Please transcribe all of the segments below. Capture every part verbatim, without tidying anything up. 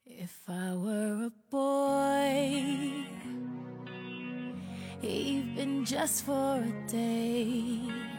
If I were a boy, even just for a day.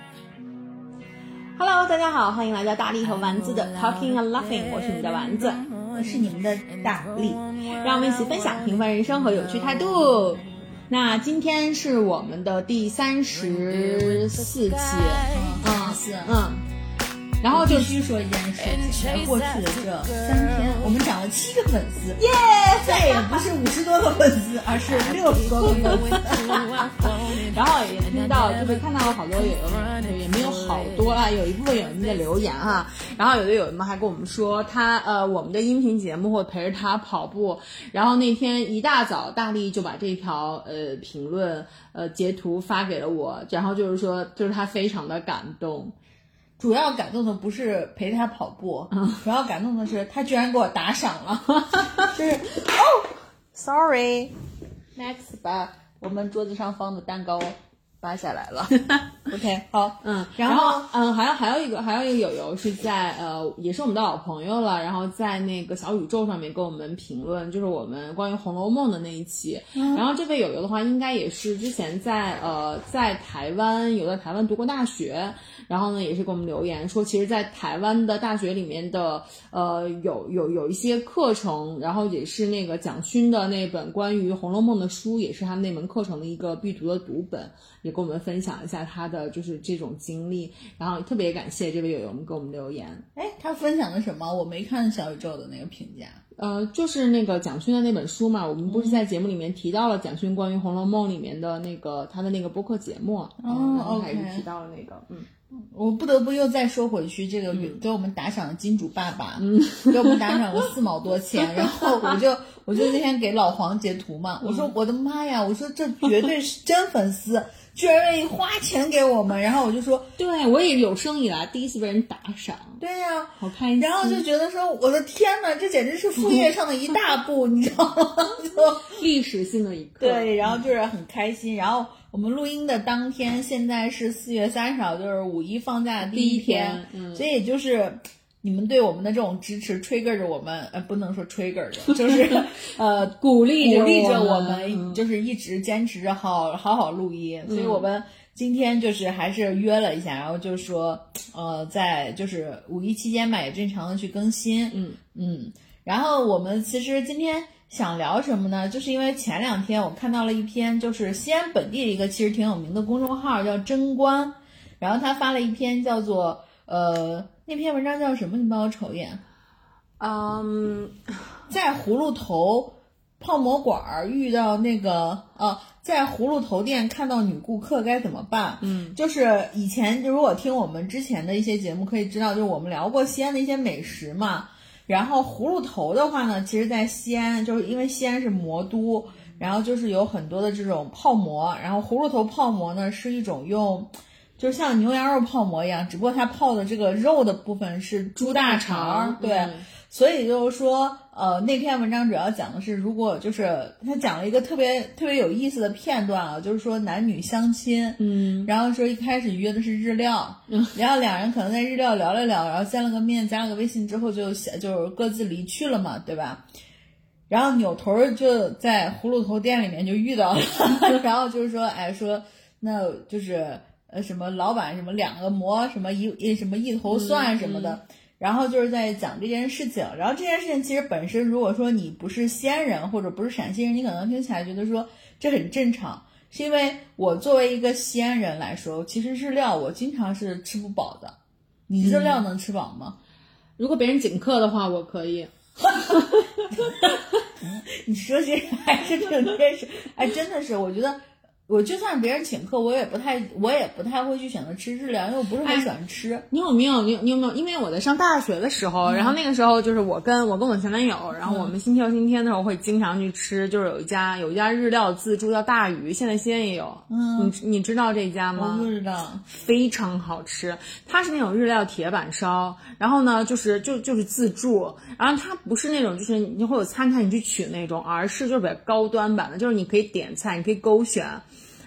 Hello， 大家好，欢迎来到大力和丸子的 Talking and Laughing， 我是你们的丸子， 我是你们的大力， 让我们一起分享平凡人生和有趣态度。那今天是我们的第三十四期， 嗯是嗯，然后就必须说一件事情，在过去的这三天，我们涨了七个粉丝， 耶！ 再也不是五十多个粉丝，而是六十多个粉丝。 然后也听到，就是看到了好多有也没有好多啦，有一部分有人在留言哈，然后有的有人们还跟我们说他呃我们的音频节目会陪着他跑步，然后那天一大早大力就把这条呃评论呃截图发给了我，然后就是说就是他非常的感动。 主要感动的不是陪他跑步，嗯、主要感动的是他居然给我打赏了，就是哦 ，sorry， next 把我们桌子上放的蛋糕扒下来了，OK， 好， 嗯， 然后, 然后嗯，还有还有一个还有一个友友是在呃，也是我们的老朋友了，然后在那个小宇宙上面给我们评论，就是我们关于《红楼梦》的那一期，嗯、然后这位友友的话，应该也是之前在呃在台湾有在台湾读过大学。然后呢，也是给我们留言说，其实，在台湾的大学里面的，呃，有有有一些课程，然后也是那个蒋勋的那本关于《红楼梦》的书，也是他们那门课程的一个必读的读本，也跟我们分享一下他的就是这种经历。然后特别感谢这位友友们给我们留言。 哎，他分享的什么？我没看小宇宙的那个评价。 呃，就是那个蒋勋的那本书嘛，我们不是在节目里面提到了蒋勋关于《红楼梦》里面的那个他的那个播客节目， 嗯， 然后还是提到了那个，嗯。 我不得不又再说回去，这个给我们打赏的金主爸爸，嗯，给我们打赏了四毛多钱，然后我就我就那天给老黄截图嘛，我说我的妈呀，我说这绝对是真粉丝，居然愿意花钱给我们，然后我就说， 对我也有生以来第一次被人打赏， 对呀、啊， 好开心， 然后就觉得说，我的天哪，这简直是副业上的一大步，你知道吗？就历史性的一刻， 对，然后就是很开心，然后。我们录音的当天，现在是四月三十号，就是五一放假的第一天， 第一天嗯、 所以也就是你们对我们的这种支持 trigger 着我们，呃，不能说 trigger 着，就是呃鼓励鼓励着我们， 们，就是一直坚持着好好好录音，嗯、所以我们今天就是还是约了一下，然后就是说，呃，在就是五一期间吧，也正常的去更新， 嗯嗯，然后我们其实今天。想聊什么呢？就是因为前两天我看到了一篇，就是西安本地的一个其实挺有名的公众号叫贞观，然后他发了一篇叫做呃那篇文章叫什么？你帮我瞅一眼。 嗯， 在葫芦头泡馍馆遇到那个呃，在葫芦头店看到女顾客该怎么办？ 嗯， 就是以前如果听我们之前的一些节目可以知道，就是我们聊过西安的一些美食嘛。然后葫芦头的话呢，其实在西安，就是因为西安是馍都，然后就是有很多的这种泡馍，然后葫芦头泡馍呢是一种用，就是像牛羊肉泡馍一样，只不过它泡的这个肉的部分是猪大肠，对。嗯，所以就是说，呃，那篇文章主要讲的是，如果就是他讲了一个特别特别有意思的片段啊，就是说男女相亲， 嗯， 然后说一开始约的是日料，嗯，然后两人可能在日料聊了聊，然后见了个面，加了个微信之后就就是各自离去了嘛，对吧？然后扭头就在葫芦头店里面就遇到了，然后就是说，哎，说那就是呃什么老板什么两个馍什么一一什么一头蒜什么的。嗯嗯，然后就是在讲这件事情，然后这件事情其实本身如果说你不是西安人或者不是陕西人，你可能听起来觉得说这很正常，是因为我作为一个西安人来说，其实日料我经常是吃不饱的。你日料能吃饱吗？ 嗯、如果别人请客的话我可以。 你说这还是挺真实，哎，真的是我觉得我就算别人请客，我也不太，我也不太会去选择吃日料，因为我不是很喜欢吃。 哎、你有没有？你你有没有？因为我在上大学的时候，嗯、然后那个时候就是我跟我跟我前男友，然后我们心跳星期天的时候会经常去吃，就是有一家有一家日料自助叫大鱼，现在西安也有。嗯，你你知道这家吗？ 我不知道， 非常好吃。它是那种日料铁板烧，然后呢就是就就是自助，然后它不是那种就是你会有餐台你去取那种，而是就是比较高端版的，就是你可以点菜，你可以勾选。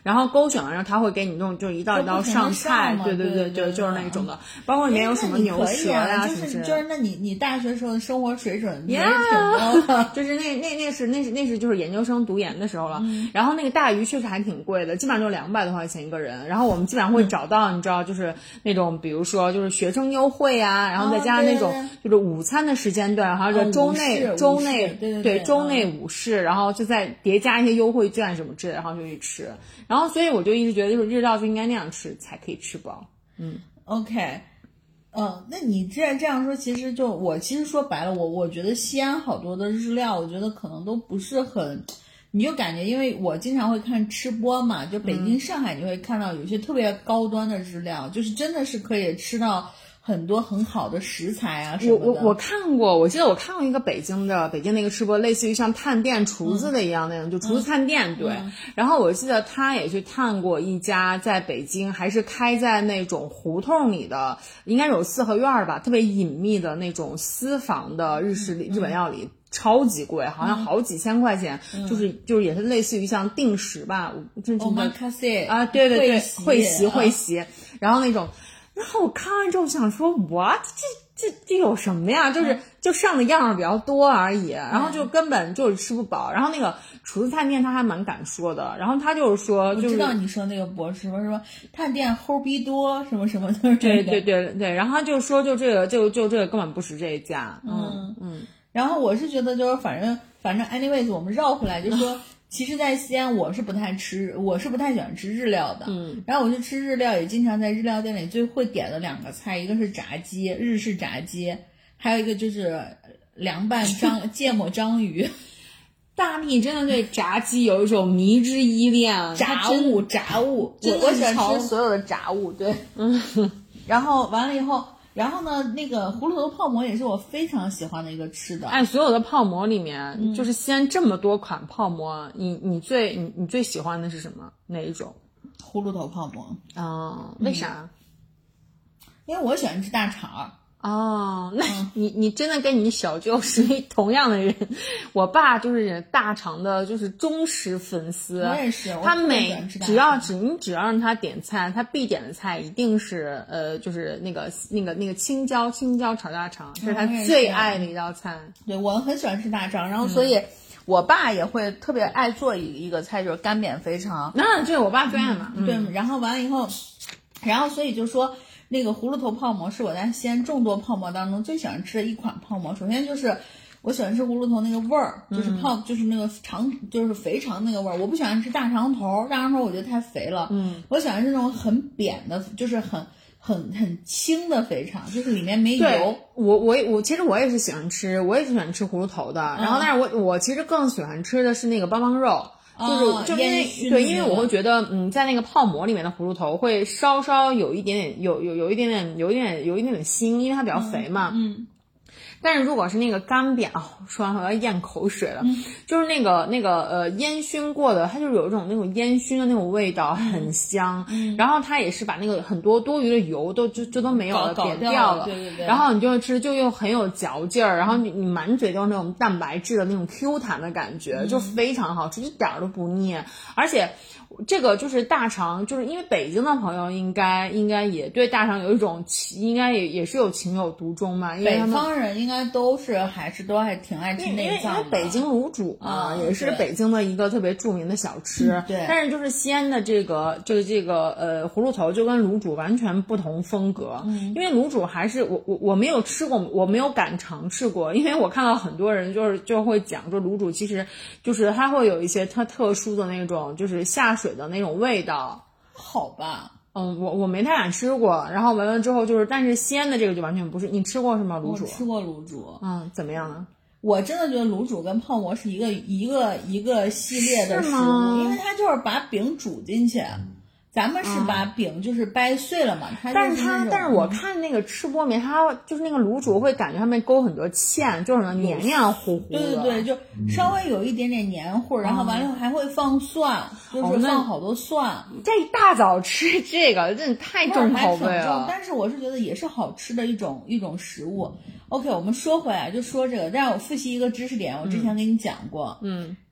然后勾选完之后他会给你那种就是一道一道上菜，对对对对，就是那种的，包括里面有什么牛舌呀、 啊、 什么之类的。 就是那你你大学时候的生活水准也挺高的， 就是那那那是那是那是就是研究生读研的时候了、 嗯、 然后那个大鱼确实还挺贵的，基本上就两百多块钱一个人，然后我们基本上会找到、嗯、你知道就是那种比如说就是学生优惠啊，然后再加上那种、哦、就是午餐的时间段，还有就周内、 哦、 周内对对对周内午市、嗯、然后就再叠加一些优惠券什么之类的，然后就去吃，然后所以我就一直觉得就是日料就应该那样吃才可以吃饱。嗯 OK， 嗯，那你这样这样说，其实就我其实说白了，我我觉得西安好多的日料，我觉得可能都不是很，你就感觉因为我经常会看吃播嘛，就北京、上海，你会看到有些特别高端的日料，嗯、就是真的是可以吃到很多很好的食材啊什么的。 我我我看过，我记得我看过一个北京的北京那个吃播，类似于像探店厨子的一样那种，嗯、就厨子探店、嗯、对、嗯。然后我记得他也去探过一家在北京，还是开在那种胡同里的，应该有四合院吧，特别隐秘的那种私房的日式、嗯、日本料理。超级贵，好像好几千块钱，嗯、就是就是也是类似于像定时吧，真的啊，对对对，会席会席，然后那种，然后我看完之后想说 ，what 这这这有什么呀？就是、嗯、就上的样儿比较多而已，然后就根本就是吃不饱。然后那个厨子探店他还蛮敢说的，然后他就是说，就是、 我知道你说那个博士什么什么探店齁逼多什么什么的， 对对对对，然后他就说就这个就就这个根本不是这一家，嗯嗯。 然后我是觉得就是反正反正 anyways 我们绕回来就说其实在西安我是不太吃我是不太喜欢吃日料的， 嗯， 然后我去吃日料也经常在日料店里最会点的两个菜，一个是炸鸡，日式炸鸡，还有一个就是凉拌章芥末章鱼。 大力真的对炸鸡有一种迷之依恋， 炸物炸物，我我喜欢吃所有的炸物，对， 嗯， 然后完了以后。然后呢，那个葫芦头泡馍也是我非常喜欢的一个吃的。 哎，所有的泡馍里面， 嗯、 就是西安这么多款泡馍，你你最你你最喜欢的是什么？哪一种？ 葫芦头泡馍。 哦，为啥？ 嗯、因为我喜欢吃大肠。 哦，那你你真的跟你小舅是同样的人。我爸就是大肠的，就是忠实粉丝。 我也是， 他每只要只你只要让他点菜，他必点的菜一定是呃，就是那个那个那个青椒青椒炒大肠，这是他最爱的一道菜。 对，我很喜欢吃大肠，然后所以。嗯我爸也会特别爱做一一个菜，就是干煸肥肠。 那这我爸最爱嘛、 嗯。对，然后完了以后，然后所以就说那个葫芦头泡馍是我在西安众多泡馍当中最喜欢吃的一款泡馍。首先就是我喜欢吃葫芦头那个味儿，就是泡、嗯、就是那个肠就是肥肠那个味儿。我不喜欢吃大肠头，大肠头我觉得太肥了。 嗯， 我喜欢是那种很扁的，就是很。很很轻的肥肠，就是里面没油。 我我我其实我也是喜欢吃，我也是喜欢吃葫芦头的。嗯、然后，但是我我其实更喜欢吃的是那个棒棒肉，就是、 哦、 就因为对，因为我会觉得，嗯，在那个泡馍里面的葫芦头会稍稍有一点点，有有有一点点，有一点有一点点腥，因为它比较肥嘛。 嗯。嗯但是如果是那个干煸，哦，说完我要咽口水了， 嗯、 就是那个那个呃烟熏过的，它就是有一种那种烟熏的那种味道， 嗯、 很香。 嗯、 然后它也是把那个很多多余的油都就就都没有了， 煸掉了。 对对对。 然后你就会吃，就又很有嚼劲儿，然后你你满嘴都是那种蛋白质的那种 Q 弹的感觉， 嗯、 就非常好吃，一点都不腻，而且。这个就是大肠，就是因为北京的朋友应该应该也对大肠有一种应该也也是有情有独钟嘛，因为他们北方人应该都是还是都还挺爱吃内脏的。 因为北京卤煮嘛、 嗯， 也是北京的一个特别著名的小吃。 嗯、对， 但是就是西安的这个这个这个呃葫芦头就跟卤煮完全不同风格， 嗯、 因为卤煮还是我我我没有吃过，我没有敢尝试过，因为我看到很多人就是就会讲说卤煮其实就是它会有一些特特殊的那种就是下水的那种味道。 好吧， 嗯，我我没太敢吃过，然后完了之后就是，但是西安的这个就完全不是。你吃过是吗？卤煮？ 我吃过卤煮， 嗯，怎么样呢？ 我真的觉得卤煮跟泡馍是一个一个一个系列的食物，因为它就是把饼煮进去。咱们是把饼就是掰碎了嘛，嗯、它但是它但是我看那个吃播里面，它就是那个卤煮会感觉上面勾很多芡，就是什么黏黏糊糊的。 对对对，就稍微有一点点黏糊，嗯、然后完了还会放蒜，嗯、就是放好多蒜。 哦、这一大早吃这个真的太重口味了。 但是我是觉得也是好吃的一种一种食物。OK， 我们说回来就说这个，但是我复习一个知识点，我之前给你讲过， 嗯。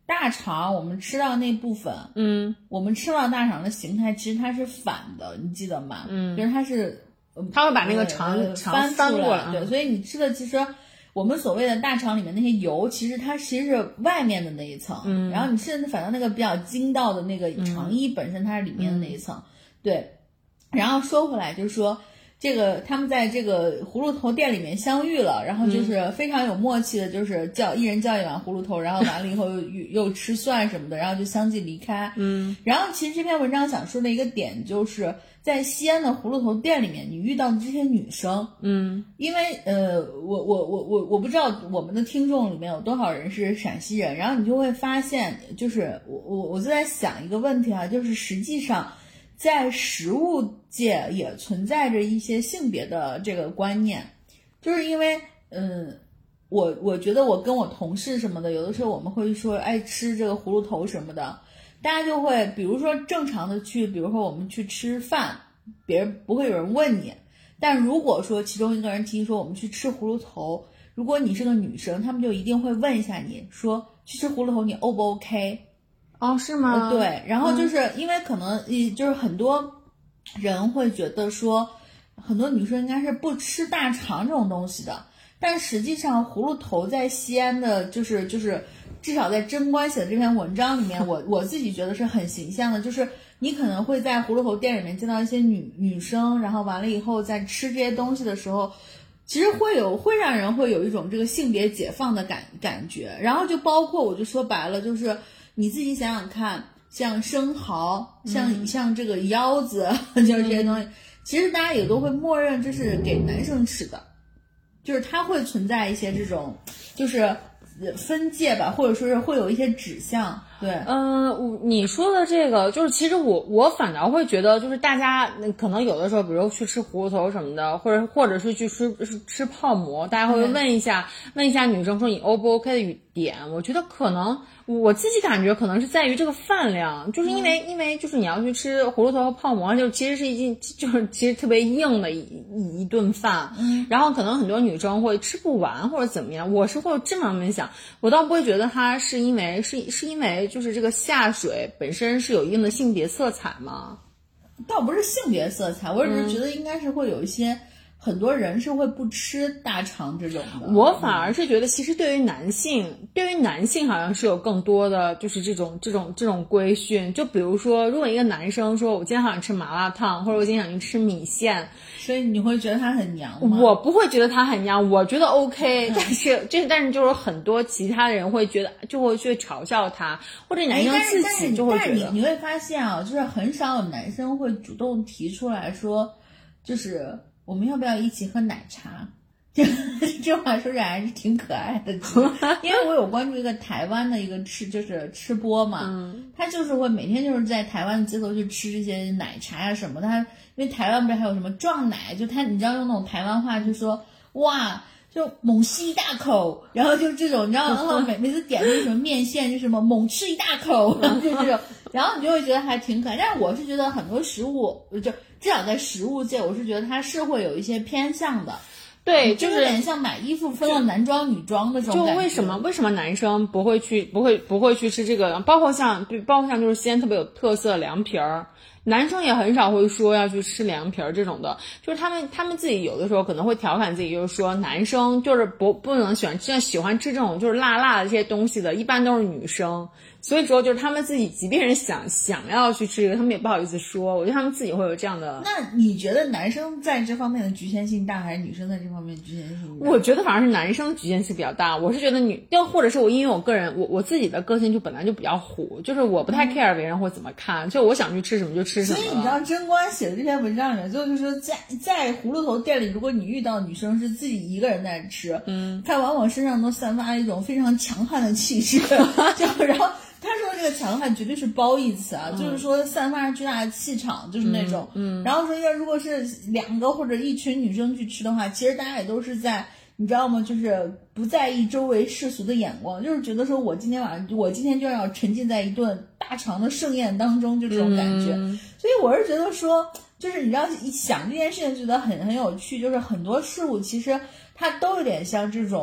大肠我们吃到那部分， 嗯， 我们吃到大肠的形态其实它是反的，你记得吗？ 嗯， 就是它是， 它会把那个肠、 呃、 肠翻出来， 对，所以你吃的其实我们所谓的大肠里面那些油，其实它其实是外面的那一层， 嗯， 然后你吃的反正那个比较筋道的那个肠衣本身它是里面的那一层，嗯、对。然后说回来就是说。这个他们在这个葫芦头店里面相遇了，然后就是非常有默契的，就是叫一人叫一碗葫芦头，然后完了以后又又吃蒜什么的，然后就相继离开。 嗯， 然后其实这篇文章想说的一个点就是在西安的葫芦头店里面，你遇到的这些女生， 嗯， 因为呃，我我我我我不知道我们的听众里面有多少人是陕西人，然后你就会发现，就是我我我就在想一个问题啊，就是实际上。在食物界也存在着一些性别的这个观念，就是因为，嗯，我我觉得我跟我同事什么的，有的时候我们会说爱吃这个葫芦头什么的，大家就会比如说正常的去，比如说我们去吃饭，别人不会有人问你，但如果说其中一个人提说我们去吃葫芦头，如果你是个女生，他们就一定会问一下你说去吃葫芦头你 O 不 OK？ 哦，是吗？ 对，然后就是、嗯、因为可能就是很多人会觉得说，很多女生应该是不吃大肠这种东西的，但实际上葫芦头在西安的，就是就是至少在贞观写的这篇文章里面，我我自己觉得是很形象的，就是你可能会在葫芦头店里面见到一些女女生，然后完了以后在吃这些东西的时候。其实会有会让人会有一种这个性别解放的感感觉，然后就包括我就说白了，就是你自己想想看，像生蚝，像、嗯、像这个腰子，就是这些东西，其实大家也都会默认这是给男生吃的，就是它会存在一些这种就是分界吧，或者说是会有一些指向。对， 嗯、呃，你说的这个就是，其实我我反倒会觉得，就是大家可能有的时候，比如去吃葫芦头什么的，或者或者是去吃吃泡馍，大家会问一下、嗯、问一下女生说你 O 不 OK 的语点，我觉得可能我自己感觉可能是在于这个饭量，就是因为、嗯、因为就是你要去吃葫芦头和泡馍，就其实是一件就是其实特别硬的一一顿饭， 嗯， 然后可能很多女生会吃不完或者怎么样，我是会有这么想，我倒不会觉得它是因为是是因为。就是这个下水本身是有一定的性别色彩吗？ 倒不是性别色彩，我只是觉得应该是会有一些、嗯、很多人是会不吃大肠这种的。 我反而是觉得，其实对于男性，嗯、对于男性好像是有更多的就是这种这种这种规训。就比如说，如果一个男生说我今天好想吃麻辣烫，或者我今天想去吃米线。 所以你会觉得他很娘吗？ 我不会觉得他很娘，我觉得 OK，、嗯、但是这但是就是很多其他的人会觉得就会去嘲笑他，或者男生自己就会觉得。 但是你你会发现啊，就是很少有男生会主动提出来说，就是我们要不要一起喝奶茶？这话说起来还是挺可爱的，因为我有关注一个台湾的一个吃就是吃播嘛，嗯，他就是会每天就是在台湾街头去吃这些奶茶呀、啊、什么的，他因为台湾不是还有什么撞奶，就他你知道用那种台湾话就说哇。就猛吸一大口，然后就这种，你知道，然后每每次点那什么面线，就什么猛吃一大口，然后就这种，然后你就会觉得还挺可爱。但是我是觉得很多食物，就至少在食物界，我是觉得它是会有一些偏向的。 对，就是有点像买衣服分了男装女装的这种感觉。就为什么为什么男生不会去不会不会去吃这个？包括像包括像就是西安特别有特色的凉皮儿。男生也很少会说要去吃凉皮儿这种的，就是他们他们自己有的时候可能会调侃自己，就是说男生就是不不能喜欢吃喜欢吃这种就是辣辣的这些东西的，一般都是女生。所以说就是他们自己即便是想想要去吃这个，他们也不好意思说，我觉得他们自己会有这样的。 那你觉得男生在这方面的局限性大，还是女生在这方面局限性大？ 我觉得反而是男生局限性比较大，我是觉得女，又或者是我因为我个人我我自己的个性就本来就比较虎，就是我不太 care 别人会怎么看，就我想去吃什么就吃什么。 所以你知道贞观写的这篇文章里面，最后就说在在葫芦头店里，如果你遇到女生是自己一个人在吃，嗯，她往往身上都散发一种非常强悍的气势，就然后。他说这个强悍绝对是褒义词啊、嗯，就是说散发着巨大的气场，就是那种，嗯，嗯然后说要如果是两个或者一群女生去吃的话，其实大家也都是在，你知道吗？就是不在意周围世俗的眼光，就是觉得说我今天晚上，我今天就要沉浸在一顿大肠的盛宴当中，就这种感觉。嗯、所以我是觉得说，就是你知道一想这件事情，觉得很很有趣，就是很多事物其实它都有点像这种。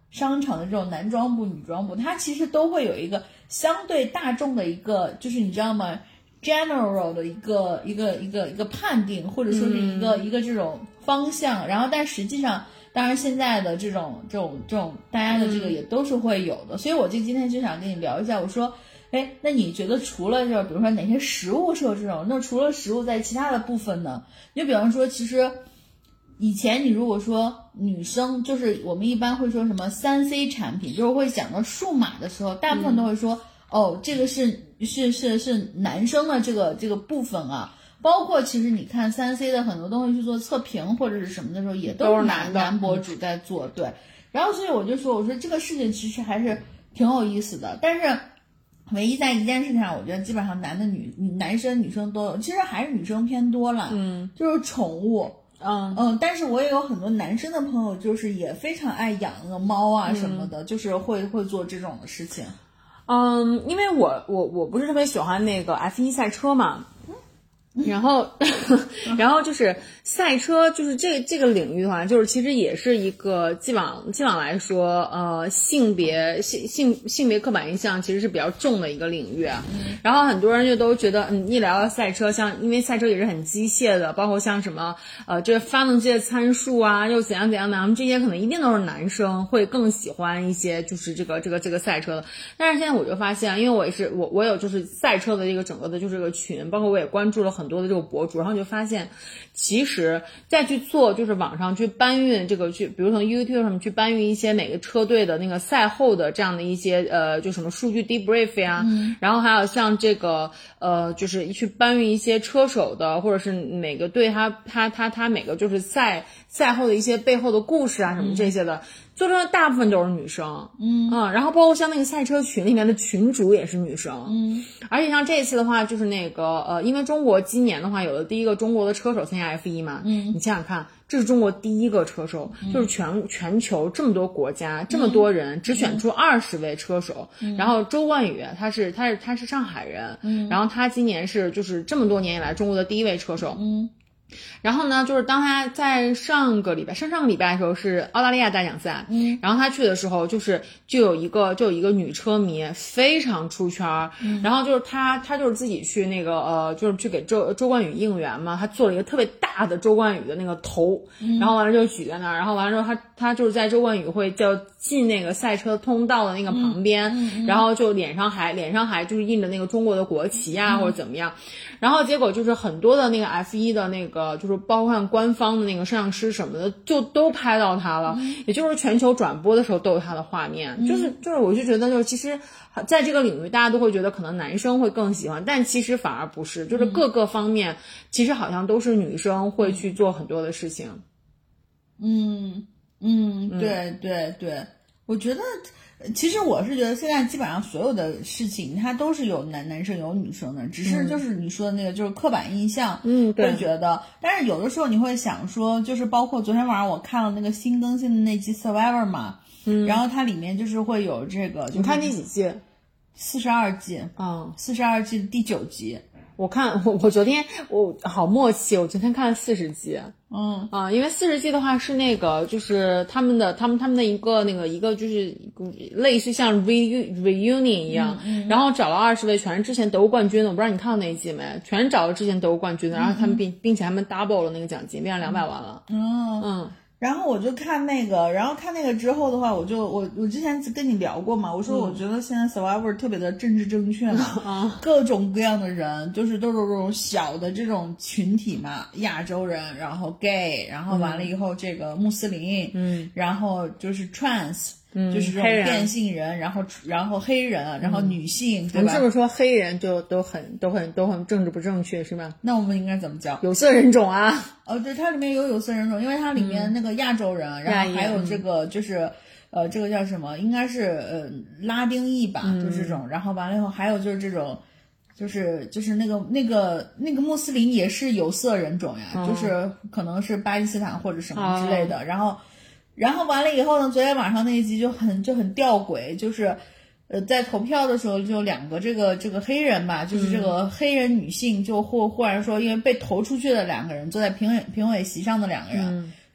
商场的这种男装部、女装部，它其实都会有一个相对大众的一个，就是你知道吗 ？general 的一个一个一个一个判定，或者说是一个、嗯、一个这种方向。然后，但实际上，当然现在的这种这种这种大家的这个也都是会有的。嗯、所以我就今天就想跟你聊一下，我说，哎，那你觉得除了就是比如说哪些食物是有这种，那除了食物，在其他的部分呢？就比方说，其实。以前你如果说女生，就是我们一般会说什么三 C 产品，就是会讲到数码的时候，大部分都会说、嗯、哦，这个是是是是男生的这个这个部分啊。包括其实你看三 C 的很多东西去做测评或者是什么的时候，也都是男男博主在做，对。然后所以我就说，我说这个事情其实还是挺有意思的，但是唯一在一件事情上，我觉得基本上男的女男生女生都有，其实还是女生偏多了，嗯，就是宠物。嗯嗯，但是我也有很多男生的朋友，就是也非常爱养那个猫啊什么的，嗯、就是会会做这种的事情。 嗯，因为我我我不是特别喜欢那个 F 一 赛车嘛，嗯、然后然后就是赛车，就是这这个领域的话，就是其实也是一个既往既往来说，呃，性别性性性别刻板印象其实是比较重的一个领域啊。嗯、然后很多人就都觉得，嗯，一聊到赛车，像因为赛车也是很机械的，包括像什么呃，这个发动机的参数啊，又怎样怎样的，这些可能一定都是男生会更喜欢一些，就是这个这个这个赛车的。但是现在我就发现，因为我也是我我有就是赛车的这个整个的就是这个群，包括我也关注了很多的这个博主，然后就发现，其实再去做就是网上去搬运这个去，比如从 YouTube 上面去搬运一些每个车队的那个赛后的这样的一些呃，就什么数据 debrief 呀、嗯，然后还有像这个呃，就是去搬运一些车手的，或者是每个队他他他他每个就是赛赛后的一些背后的故事啊什么这些的。嗯，做出来大部分都是女生，嗯嗯，然后包括像那个赛车群里面的群主也是女生，嗯，而且像这次的话，就是那个呃，因为中国今年的话有了第一个中国的车手参加 F 一 嘛，嗯，你想想看，这是中国第一个车手，嗯、就是全全球这么多国家、嗯、这么多人只选出二十位车手，嗯、然后周冠宇他是他是他是上海人，嗯，然后他今年是就是这么多年以来中国的第一位车手，嗯。然后呢，就是当他在上个礼拜、上上个礼拜的时候是澳大利亚大奖赛，嗯，然后他去的时候，就是就有一个就有一个女车迷非常出圈，嗯，然后就是他他就是自己去那个呃，就是去给周周冠宇应援嘛，他做了一个特别大的周冠宇的那个头，嗯，然后完了就举在那儿，然后完了之后他他就是在周冠宇会叫进那个赛车通道的那个旁边，嗯嗯、然后就脸上还脸上还就是印着那个中国的国旗啊、嗯、或者怎么样。然后结果就是很多的那个 F 一 的那个就是包括官方的那个摄像师什么的就都拍到他了，嗯、也就是全球转播的时候都有他的画面，嗯、就是就是我就觉得就是其实在这个领域大家都会觉得可能男生会更喜欢，但其实反而不是，就是各个方面、嗯、其实好像都是女生会去做很多的事情。 嗯嗯，对对对，我觉得其实我是觉得现在基本上所有的事情它都是有男男生有女生的，只是就是你说的那个就是刻板印象，嗯，会觉得，嗯、但是有的时候你会想说，就是包括昨天晚上我看了那个新更新的那季 Survivor 嘛，嗯，然后它里面就是会有这个，就是你看第几季？ 四十二季， 嗯， 四十二季的第九集。 我看我我昨天我好默契，我昨天看了四十集， 嗯啊，因为四十集的话是那个就是他们的他们他们的一个那个一个就是类似像 re reunion 一样，嗯嗯、然后找了二十位全是之前得过冠军的，我不知道你看到那一季没？全是找了之前得过冠军的，然后他们并并且他们 double 了那个奖金，变成两百万了， 嗯嗯。然后我就看那个，然后看那个之后的话，我就我我之前跟你聊过嘛，我说我觉得现在 Survivor 特别的政治正确嘛，嗯、各种各样的人，就是都是这种小的这种群体嘛，亚洲人，然后 gay， 然后完了以后这个穆斯林，嗯，然后就是 trans。嗯，就是这种变性人，人然后然后黑人，然后女性，嗯、对吧？ 我们是不是说黑人就都很都很都很政治不正确是吧？ 那我们应该怎么叫？ 有色人种啊？ 哦，对，它里面有有色人种，因为它里面那个亚洲人，嗯、然后还有这个就是、嗯、呃这个叫什么？应该是呃拉丁裔吧，嗯、就是这种。然后完了以后还有就是这种。就是就是那个那个那个穆斯林也是有色人种呀，嗯、就是可能是巴基斯坦或者什么之类的，嗯、然后。然后完了以后呢，昨天晚上那一集就很就很吊诡，就是呃在投票的时候就两个这个这个黑人吧，就是这个黑人女性就忽忽然说，因为被投出去的两个人坐在评委评委席上的两个人，嗯、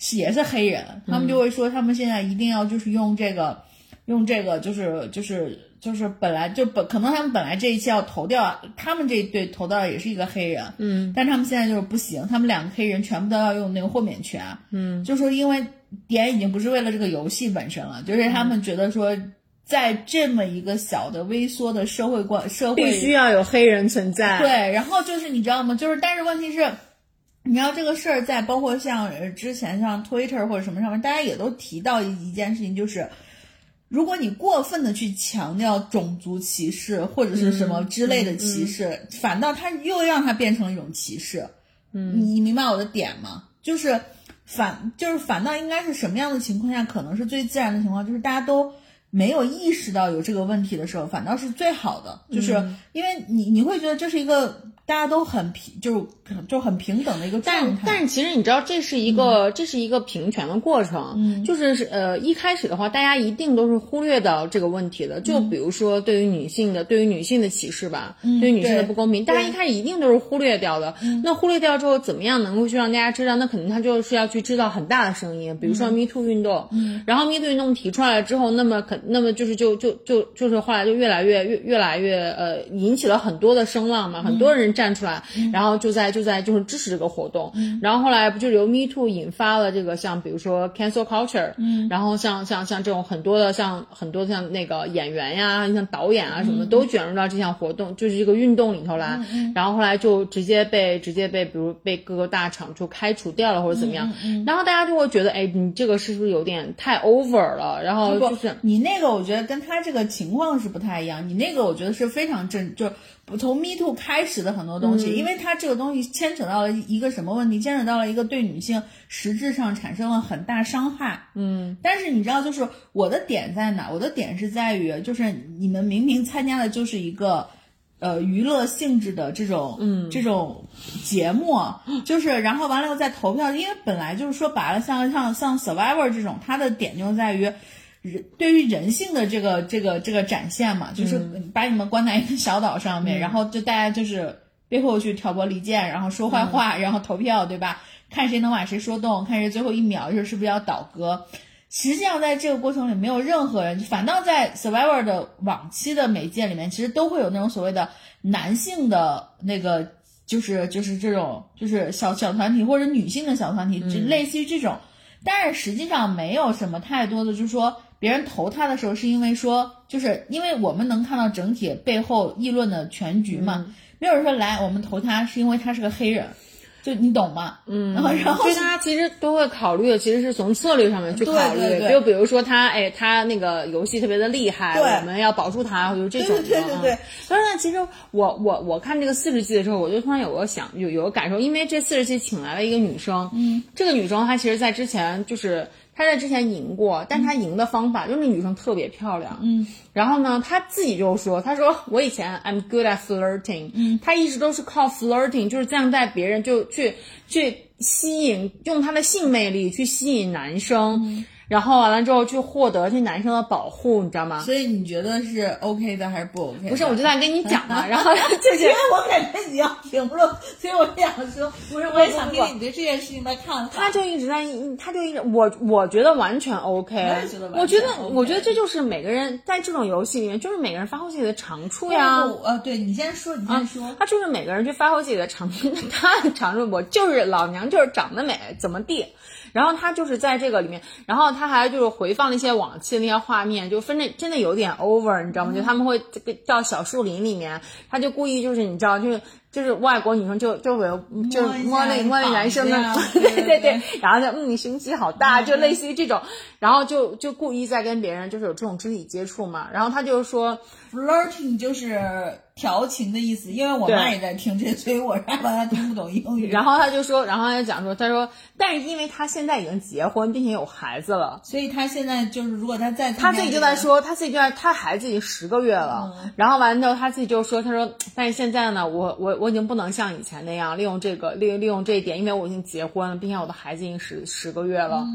是也是黑人，他们就会说他们现在一定要就是用这个、嗯、用这个就是就是就是本来就本可能他们本来这一期要投掉，他们这一队投到也是一个黑人， 嗯， 但他们现在就是不行，他们两个黑人全部都要用那个豁免权， 嗯， 就说因为点已经不是为了这个游戏本身了，就是他们觉得说在这么一个小的微缩的社会关社会必须要有黑人存在， 对，然后就是你知道吗？就是但是问题是。你知道这个事儿在包括像之前像 Twitter 或者什么上面，大家也都提到一一件事情，就是如果你过分的去强调种族歧视或者是什么之类的歧视，嗯嗯嗯、反倒它又让它变成了一种歧视。 嗯， 你明白我的点吗？就是反就是反倒应该是什么样的情况下可能是最自然的情况，就是大家都没有意识到有这个问题的时候，反倒是最好的，就是因为你你会觉得这是一个。大家都很平，就是就很平等的一个状态。 但但是其实你知道，这是一个、嗯、这是一个平权的过程。 嗯， 就是呃一开始的话，大家一定都是忽略到这个问题的。就比如说对于女性的，嗯、对于女性的歧视吧， 嗯、 对于女性的不公平，大家一开始一定都是忽略掉的。 嗯、 那忽略掉之后，怎么样能够去让大家知道？那肯定他就是要去制造很大的声音，比如说 Me Too 运动。 嗯， 然后 Me Too 运动提出来了之后，那么肯那么就是就就就就是后来就越来越越越来越呃引起了很多的声浪嘛，很多人站出来。 嗯然后就在就在就是支持这个活动， 嗯， 然后后来不就由 Me Too 引发了这个像比如说 cancel culture， 嗯， 然后像像像这种很多的像很多像那个演员呀，像导演啊什么的、嗯、都卷入到这项活动，就是这个运动里头来， 嗯嗯、 然后后来就直接被直接被比如被各个大厂就开除掉了或者怎么样， 嗯嗯、 然后大家就会觉得，哎，你这个是不是有点太 over 了？然后就是你那个，我觉得跟他这个情况是不太一样，你那个我觉得是非常正，就从 Me Too 开始的很多东西， 嗯、 因为它这个东西牵扯到了一个什么问题？牵扯到了一个对女性实质上产生了很大伤害。 嗯， 但是你知道，就是我的点在哪？我的点是在于，就是你们明明参加的就是一个呃娱乐性质的这种嗯这种节目，就是然后完了又再投票，因为本来就是说白了，像像像 Survivor 这种，它的点就在于。对于人性的这个这个这个展现嘛，就是把你们关在一个小岛上面，嗯、然后就大家就是背后去挑拨离间，然后说坏话，嗯、然后投票，对吧？看谁能把谁说动，看谁最后一秒就是是不是要倒戈。实际上在这个过程里没有任何人，反倒在 Survivor 的往期的媒介里面，其实都会有那种所谓的男性的那个，就是就是这种就是小小团体或者女性的小团体，就类似于这种。但是实际上没有什么太多的，就是说别人投他的时候是因为说，就是因为我们能看到整体背后议论的全局嘛， 嗯、 没有人说来我们投他是因为他是个黑人。就你懂吗？ 嗯， 然后然后所以大家其实都会考虑的，其实是从策略上面去考虑， 对对对就比如说他，哎，他那个游戏特别的厉害，我们要保住他，就这种的。 对对对对对。 所以呢，其实我我我看这个四十期的时候，我就突然有个想有有个感受，因为这四十期请来了一个女生， 嗯， 这个女生她其实在之前就是她在之前赢过，但她赢的方法、嗯、就是那女生特别漂亮， 嗯， 然后呢，她自己就说，她说我以前 I'm good at flirting， 嗯， 她一直都是靠 flirting， 就是这样带别人就去去吸引，用她的性魅力去吸引男生。 嗯， 然后完了之后去获得这男生的保护，你知道吗？ 所以你觉得是 OK 的还是不 OK 的？ 不是，我就在跟你讲嘛。然后就是因为我感觉你要评论，所以我想说，不是，我也想听听你对这件事情的看法。 他就一直在，他就一直，我我觉得完全 OK。 我也觉得完全 OK。 我觉得，我觉得这就是每个人在这种游戏里面，就是每个人发挥自己的长处呀。 呃，对你先说，你先说。 啊、他就是每个人去发挥自己的长处，他的长处，我就是老娘就是长得美，怎么地？然后他就是在这个里面，然后他还就是回放那些往期的那些画面，就分的真的有点 over， 你知道吗？ 嗯、 就他们会这个到小树林里面，他就故意就是你知道，就是就是外国女生就就为就摸那摸那男生的，对对 对, 对，然后就嗯你胸肌好大， 嗯、 就类似于这种，然后就就故意在跟别人就是有这种肢体接触嘛，然后他就说 flirting 就是调情的意思，因为我妈也在听这，所以我让她听不懂英语。 然后他就说，然后他就讲说，他说，但是因为他现在已经结婚并且有孩子了， 所以他现在就是如果他再他自己就在说，他自己就在他孩子已经十个月了， 嗯、 然后完了之后他自己就说，他说，但是现在呢，我我我已经不能像以前那样利用这个利利用这一点，因为我已经结婚了，并且我的孩子已经十十个月了。 嗯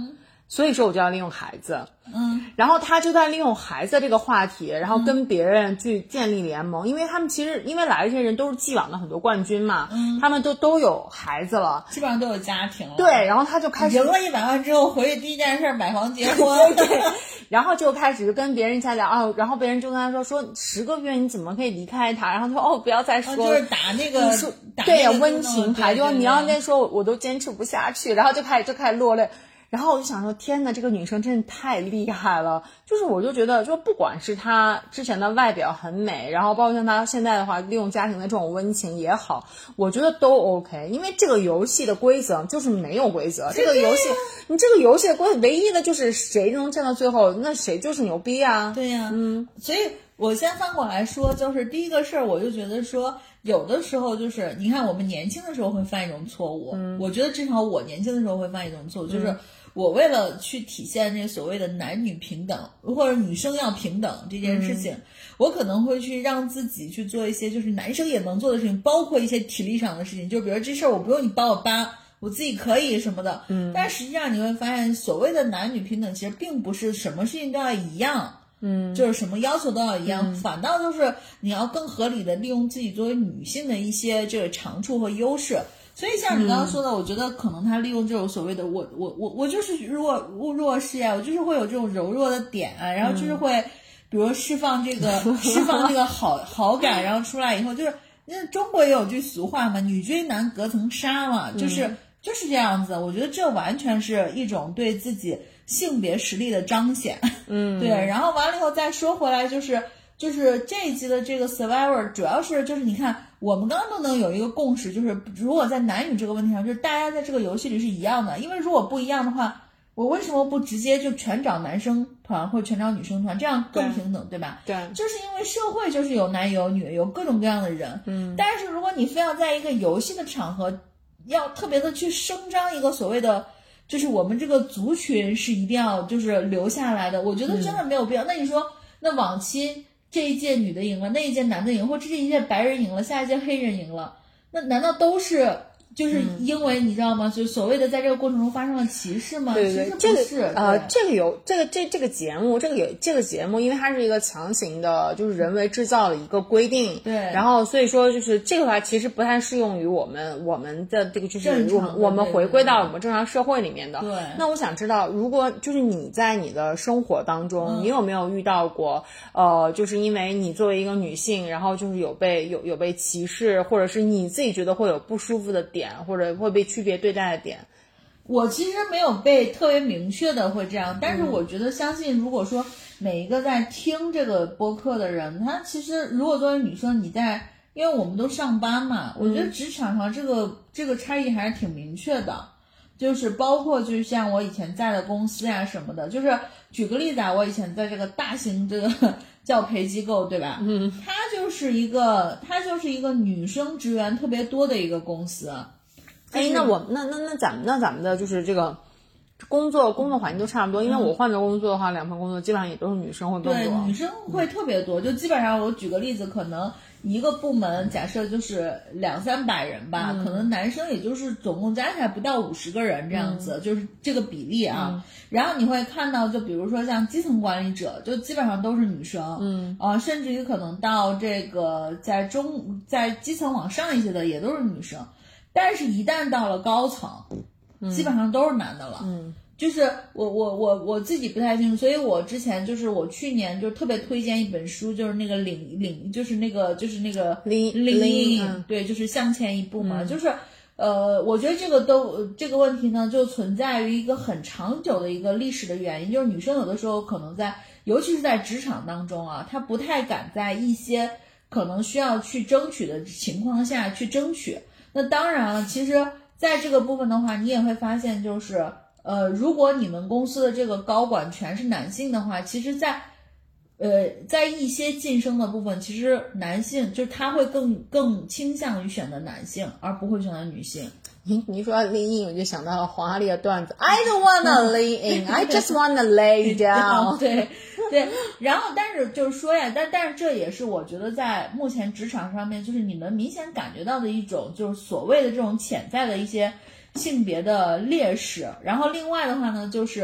所以说我就要利用孩子。 嗯， 然后他就在利用孩子这个话题，然后跟别人去建立联盟，嗯、因为他们其实因为来的这些人都是既往的很多冠军嘛，嗯，他们都都有孩子了， 基本上都有家庭了。 对，然后他就开始赢了一百万之后，回去第一件事买房结婚， 对对，然后就开始跟别人在聊啊，然后别人就跟他说说十个月你怎么可以离开他？然后他说哦不要再说， 哦、就是打那个打对呀、 那个温情牌，就你要再说我都坚持不下去，然后就开始就开始落泪。然后我就想说，天哪，这个女生真的太厉害了！就是我就觉得，就不管是她之前的外表很美，然后包括像她现在的话，利用家庭的这种温情也好，我觉得都 OK。因为这个游戏的规则就是没有规则，这个游戏，你这个游戏的规则唯一的就是谁能站到最后，那谁就是牛逼啊！ 对呀、啊， 嗯， 所以我先翻过来说，就是第一个事儿，我就觉得说。有的时候就是你看我们年轻的时候会犯一种错误、嗯、我觉得至少我年轻的时候会犯一种错误、嗯、就是我为了去体现这所谓的男女平等或者女生要平等这件事情、嗯、我可能会去让自己去做一些就是男生也能做的事情，包括一些体力上的事情，就比如这事儿我不用你帮我扒，我自己可以什么的。嗯，但实际上你会发现所谓的男女平等其实并不是什么事情都要一样，嗯，就是什么要求都要一样、嗯、反倒就是你要更合理的利用自己作为女性的一些这个长处和优势。所以像你刚刚说的、嗯、我觉得可能他利用这种所谓的我我我我就是弱弱势呀，我就是会有这种柔弱的点、啊、然后就是会、嗯、比如释放这个释放这个好好感，然后出来以后就是那中国也有句俗话嘛，女追男隔层纱嘛，就是、嗯、就是这样子。我觉得这完全是一种对自己性别实力的彰显。嗯，对。然后完了以后再说回来，就是就是这一季的这个 Survivor 主要是就是你看我们刚刚都能有一个共识，就是如果在男女这个问题上，就是大家在这个游戏里是一样的，因为如果不一样的话，我为什么不直接就全找男生团或者全找女生团，这样更平等， 对, 对吧？ 对， 就是因为社会就是有男有女，有各种各样的人。嗯，但是如果你非要在一个游戏的场合要特别的去声张一个所谓的就是我们这个族群是一定要就是留下来的，我觉得真的没有必要、嗯、那你说那往期这一届女的赢了，那一届男的赢，或者这一届白人赢了，下一届黑人赢了，那难道都是就是因为你知道吗、嗯、就所谓的在这个过程中发生了歧视吗？ 对对， 其实不是、 这个呃这个有这个这这个节目这个有这个节目因为它是一个强行的就是人为制造的一个规定， 对， 然后所以说就是这个话其实不太适用于我们我们的这个就是我们我们回归到我们正常社会里面的。 对， 那我想知道如果就是你在你的生活当中、嗯、你有没有遇到过呃就是因为你作为一个女性然后就是有被有有被歧视，或者是你自己觉得会有不舒服的点，或者会被区别对待的点？ 我其实没有被特别明确的会这样，但是我觉得相信如果说每一个在听这个播客的人，他其实如果作为女生你在，因为我们都上班嘛，我觉得职场上这个、嗯、这个差异还是挺明确的，就是包括就像我以前在的公司呀、啊、什么的，就是举个例子啊，我以前在这个大型这个教培机构，对吧？嗯，它就是一个它就是一个女生职员特别多的一个公司。 哎，那我那那那咱们那咱们的就是这个工作工作环境都差不多，因为我换的工作的话，两份工作基本上也都是女生会更多。 对，女生会特别多，就基本上我举个例子，可能一个部门假设就是两三百人吧、嗯，可能男生也就是总共加起来不到五十个人这样子、嗯，就是这个比例啊、嗯。然后你会看到，就比如说像基层管理者，就基本上都是女生，嗯啊、呃，甚至于可能到这个在中在基层往上一些的也都是女生。但是一旦到了高层、嗯、基本上都是男的了。嗯，就是我我我我自己不太清楚，所以我之前就是我去年就特别推荐一本书，就是那个领领就是那个就是那个领领、嗯、对，就是向前一步嘛、嗯、就是呃我觉得这个都这个问题呢就存在于一个很长久的一个历史的原因，就是女生有的时候可能在尤其是在职场当中啊，她不太敢在一些可能需要去争取的情况下去争取。那当然了，其实在这个部分的话，你也会发现就是呃，如果你们公司的这个高管全是男性的话，其实在呃在一些晋升的部分，其实男性就是他会更更倾向于选择男性，而不会选择女性。 你你说 lean in 我就想到了黄阿丽的段子 I don't wanna lean in I just wanna lay down 对对，然后但是就是说呀，但但是这也是我觉得在目前职场上面，就是你们明显感觉到的一种就是所谓的这种潜在的一些性别的劣势。然后另外的话呢，就是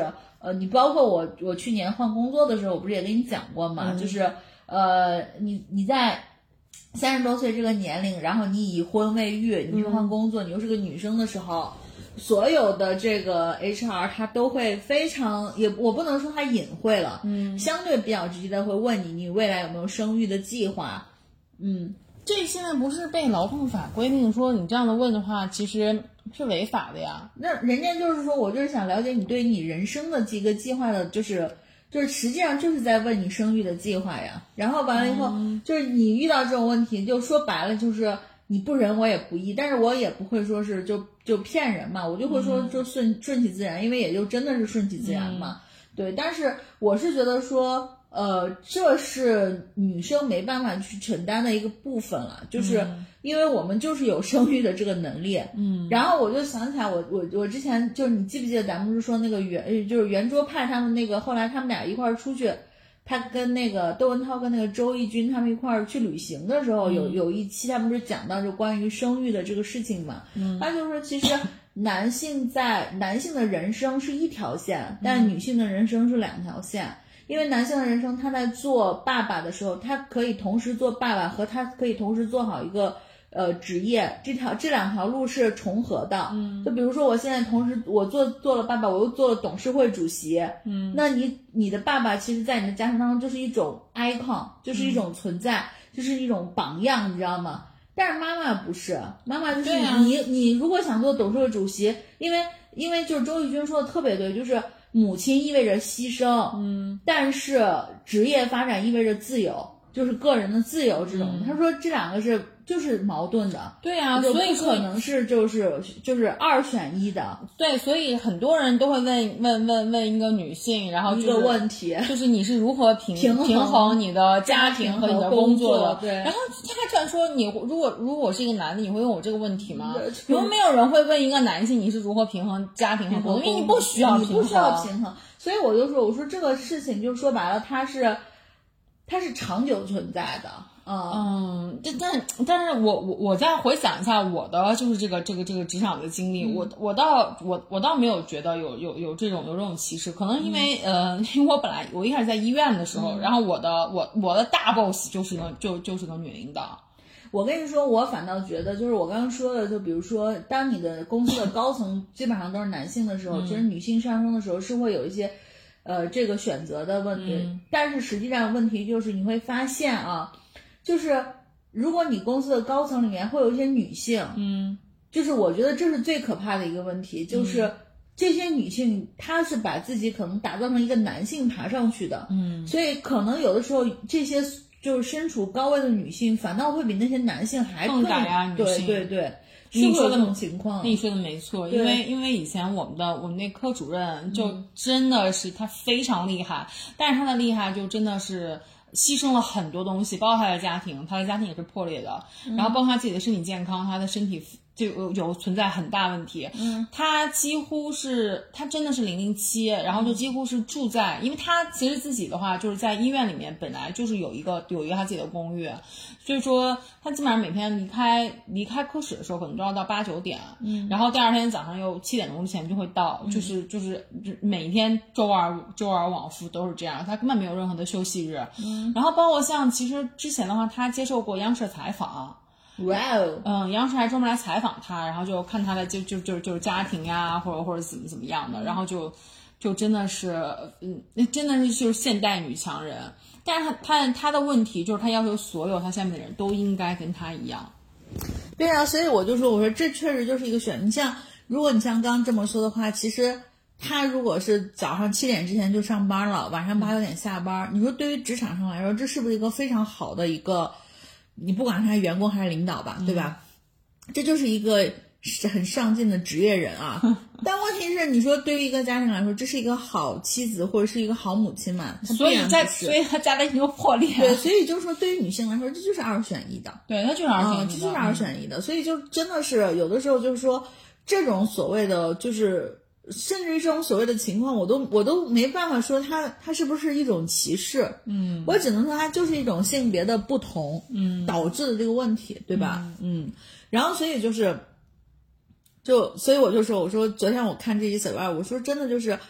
呃，你包括我我去年换工作的时候，我不是也跟你讲过嘛， 嗯、 就是呃，你你在三十多岁这个年龄，然后你已婚未育，你去换工作，嗯、你又是个女生的时候。所有的这个 H R 他都会非常也我不能说他隐晦了，嗯，相对比较直接的会问你你未来有没有生育的计划，嗯， 这现在不是被劳动法规定说你这样的问的话其实是违法的呀？ 那人家就是说我就是想了解你对你人生的几个计划的，就是就是实际上就是在问你生育的计划呀。然后完了以后，嗯、就是你遇到这种问题，就说白了就是。你不仁我也不义，但是我也不会说是就就骗人嘛，我就会说就顺、嗯、顺其自然，因为也就真的是顺其自然嘛，嗯、对。但是我是觉得说，呃，这是女生没办法去承担的一个部分了，就是因为我们就是有生育的这个能力，嗯。然后我就想起来我，我我我之前就是你记不记得咱们不是说那个圆就是圆桌派他们那个后来他们俩一块儿出去。他跟那个窦文涛跟那个周轶君他们一块儿去旅行的时候，嗯、有有一期他们不是讲到就关于生育的这个事情嘛？嗯，他就说其实男性在男性的人生是一条线，但女性的人生是两条线。嗯、因为男性的人生他在做爸爸的时候，他可以同时做爸爸和他可以同时做好一个。呃，职业这条这两条路是重合的，嗯，就比如说我现在同时我做做了爸爸，我又做了董事会主席，嗯，那你你的爸爸其实在你的家庭当中就是一种 icon， 就是一种存在，嗯、就是一种榜样，你知道吗？但是妈妈不是，妈妈就是你、啊、你你如果想做董事会主席，因为因为就是周轶君说的特别对，就是母亲意味着牺牲，嗯，但是职业发展意味着自由，就是个人的自由这种，嗯、他说这两个是。就是矛盾的， 对啊， 所以可能是就是就是二选一的， 对，所以很多人都会问问问问一个女性，然后、就是、 一个问题， 就是你是如何平平衡平衡你的家庭和你的工作的？ 对。 然后他突然说，你如果如果我是一个男的，你会问我这个问题吗？因为没有人会问一个男性，你是如何平衡家庭和工作，因为你不需要平衡， 你不需要平衡。所以我就说，我说这个事情就说白了，它是它是长久存在的。 嗯，但但但是我我我再回想一下我的就是这个这个这个职场的经历，嗯、我我倒我我倒没有觉得有有有这种有这种歧视，可能因为、嗯、呃，因为我本来我一开始在医院的时候，嗯、然后我的我我的大 boss 就是个就就是个女领导。 我跟你说，我反倒觉得就是我刚刚说的，就比如说当你的公司的高层基本上都是男性的时候，嗯、其实女性上升的时候是会有一些。呃，这个选择的问题，嗯、但是实际上问题就是你会发现啊，就是如果你公司的高层里面会有一些女性，嗯，就是我觉得这是最可怕的一个问题，就是这些女性她是把自己可能打造成一个男性爬上去的，嗯，所以可能有的时候这些就是身处高位的女性反倒会比那些男性还更敢呀，女性， 对对对。 你说的情况， 你说的没错，因为因为以前我们的我们那科主任就真的是、嗯、他非常厉害，但是他的厉害就真的是牺牲了很多东西，包括他的家庭，他的家庭也是破裂的，嗯、然后包括他自己的身体健康，他的身体就有有存在很大问题。嗯，他几乎是他真的是零零七，然后就几乎是住在，因为他其实自己的话就是在医院里面本来就是有一个有一个他自己的公寓。所以说他基本上每天离开离开科室的时候可能都要到八九点，嗯，然后第二天早上又七点钟之前就会到，嗯、就是就是每天周而周而往复都是这样，他根本没有任何的休息日，嗯，然后包括像其实之前的话，他接受过央视采访。 哇哦， 嗯，央视还专门来采访他，然后就看他的就就就就是家庭呀，或者或者怎么怎么样的，然后就就真的是，嗯，真的是就是现代女强人。但是他他他的问题就是他要求所有他下面的人都应该跟他一样。 对啊，所以我就说，我说这确实就是一个选。你像如果你像刚刚这么说的话，其实他如果是早上七点之前就上班了，晚上八九点下班，你说对于职场上来说，这是不是一个非常好的一个？你不管他是员工还是领导吧，对吧？嗯、这就是一个很上进的职业人啊。但问题是，你说对于一个家庭来说，这是一个好妻子或者是一个好母亲嘛？ 所以在所以他家庭就破裂。 对，所以就是说，对于女性来说，这就是二选一的。 对，他就是二选一的、 嗯，这就是二选一的。所以就真的是有的时候就是说，这种所谓的就是。甚至于这种所谓的情况，我都我都没办法说它它是不是一种歧视，嗯，我只能说它就是一种性别的不同，嗯，导致的这个问题，对吧？嗯，嗯然后所以就是，就所以我就说，我说昨天我看这集小二，我说真的就是，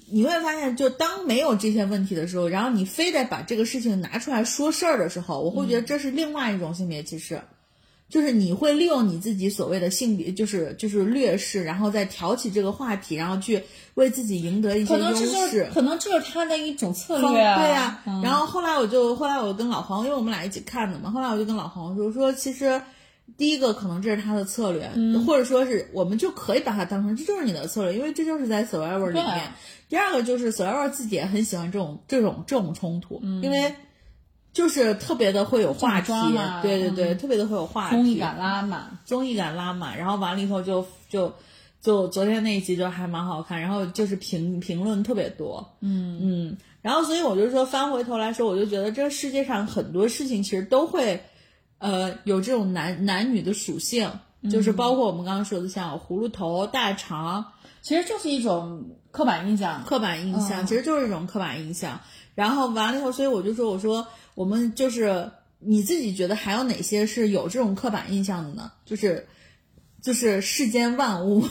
你会发现，就当没有这些问题的时候，然后你非得把这个事情拿出来说事儿的时候，我会觉得这是另外一种性别歧视。嗯，就是你会利用你自己所谓的性别，就是就是劣势，然后再挑起这个话题，然后去为自己赢得一些优势。 可能这就是他的一种策略啊。 对啊、嗯，然后后来我就后来我跟老黄，因为我们俩一起看的嘛，后来我就跟老黄说说，其实第一个可能这是他的策略，嗯、或者说是我们就可以把它当成这就是你的策略，因为这就是在 Survivor 里面。啊、第二个就是 Survivor 自己也很喜欢这种这种这种冲突，嗯、因为。就是特别的会有话题，对对对、嗯，特别的会有话题， 综艺感拉满， 综艺感拉满，然后完了以后就就就昨天那一集就还蛮好看，然后就是评评论特别多，嗯嗯，然后所以我就说翻回头来说，我就觉得这个世界上很多事情其实都会呃有这种男男女的属性，就是包括我们刚刚说的像葫芦头、大肠， 其实就是一种刻板印象， 刻板印象、嗯、其实就是一种刻板印象。然后完了以后，所以我就说我说我们就是你自己觉得还有哪些是有这种刻板印象的呢？就是就是世间万物，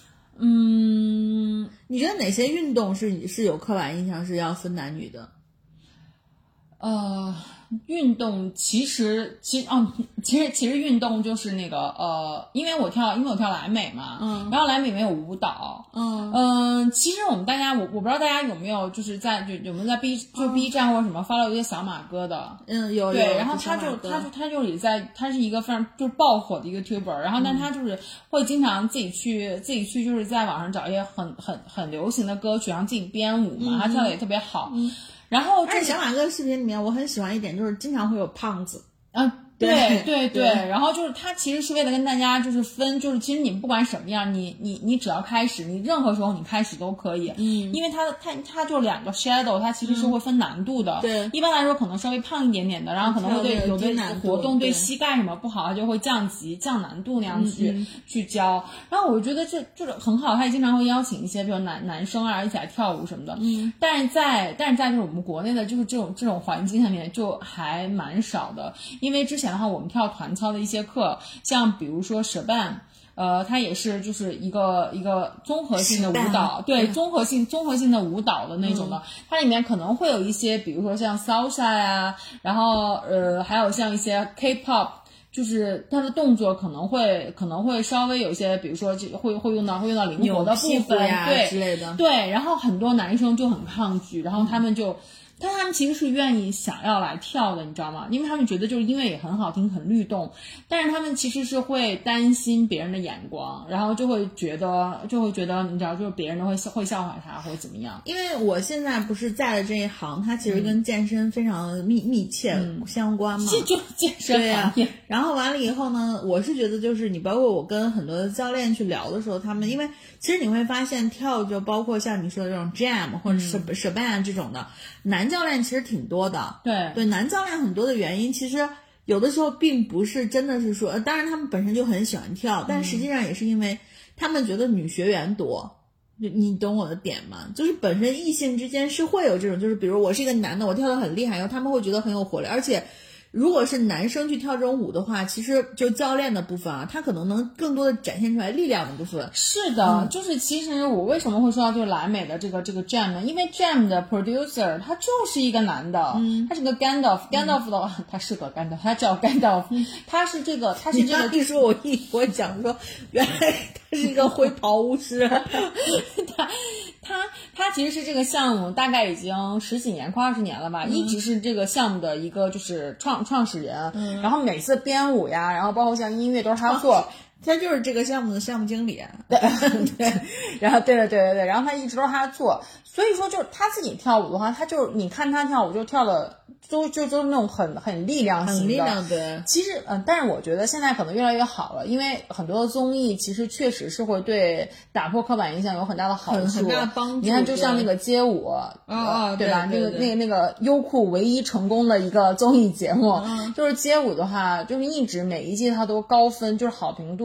嗯，你觉得哪些运动是是有刻板印象是要分男女的？ 呃，运动其实其实哦，其实其实运动就是那个呃，因为我跳因为我跳莱美嘛，嗯，然后莱美里面有舞蹈，嗯嗯、呃，其实我们大家我我不知道大家有没有就是在就有没有在 B 就 B 站或者什么发到一些小马哥的， 嗯有对， 有然后他就他就他就也在他是一个非常就是爆火的一个 tuber， 然后但他就是会经常自己去自己去就是在网上找一些很很很流行的歌曲，然后自己编舞嘛，嗯、他跳的也特别好。嗯，然后这小马哥视频里面我很喜欢一点就是经常会有胖子啊，对对 对, 对，然后就是他其实是为了跟大家就是分，就是其实你不管什么样，你你你只要开始，你任何时候你开始都可以，嗯，因为他的他他就两个 shadow， 它其实是会分难度的， 嗯、对， 一般来说可能稍微胖一点点的，然后可能会对有的活动对膝盖什么不好，他就会降级降难度那样去、嗯、去教，然后我觉得这就是很好，他也经常会邀请一些比如男男生啊一起来跳舞什么的，嗯，但是在但是在就是我们国内的就是这种这种环境下面就还蛮少的，因为之前的话我们跳团操的一些课，像比如说舍办，呃，它也是就是一个一个综合性的舞蹈，对，综合性综合性的舞蹈的那种的，嗯、它里面可能会有一些，比如说像 salsa 呀，然后呃，还有像一些 K-pop。就是它的动作可能会可能会稍微有一些，比如说会会用到会用到灵活的部分，对之类的， 对，然后很多男生就很抗拒，然后他们就。嗯但他们其实是愿意想要来跳的，你知道吗？因为他们觉得就是音乐也很好听，很律动，但是他们其实是会担心别人的眼光，然后就会觉得就会觉得你知道，就是别人都会会笑话他或者怎么样。 因为我现在不是在的这一行，它其实跟健身非常密、嗯、密切相关嘛， 这就健身行业。 对啊，然后完了以后呢，我是觉得就是你包括我跟很多的教练去聊的时候，他们因为其实你会发现跳就包括像你说的这种 jam 或者舍舍办这种的。男教练其实挺多的， 对对， 男教练很多的原因，其实有的时候并不是真的是说，当然他们本身就很喜欢跳，但实际上也是因为他们觉得女学员多，你你懂我的点吗？就是本身异性之间是会有这种，就是比如我是一个男的，我跳得很厉害，然后他们会觉得很有活力，而且。如果是男生去跳这种舞的话，其实就教练的部分啊，他可能能更多的展现出来力量的部分。 是的，嗯、就是其实我为什么会说到就是莱美的这个这个 Jam 呢？因为 Jam 的 producer 他就是一个男的，嗯，他是个 Gandalf，Gandalf 的话、嗯、他是个 Gandalf， 他叫 Gandalf，、嗯、他是这个他是这个。 你说我一我讲说，原来他是一个灰袍巫师， 他。他他其实是这个项目大概已经十几年快二十年了吧、嗯、一直是这个项目的一个就是创创始人、嗯、然后每次编舞呀然后包括像音乐都是他做、哦、 他就是这个项目的项目经理对对然后对对对对对然后他一直都是他做所以说就是他自己跳舞的话他就你看他跳舞就跳的都就都是那种很很力量型的， 很力量对。 其实嗯、呃，但是我觉得现在可能越来越好了，因为很多的综艺其实确实是会对打破刻板印象有很大的好处， 很很大的帮助。 你看，就像那个街舞， 啊、呃， 对吧？ 对对对那个那个那个优酷唯一成功的一个综艺节目，嗯、就是街舞的话，就是一直每一季它都高分，就是好评度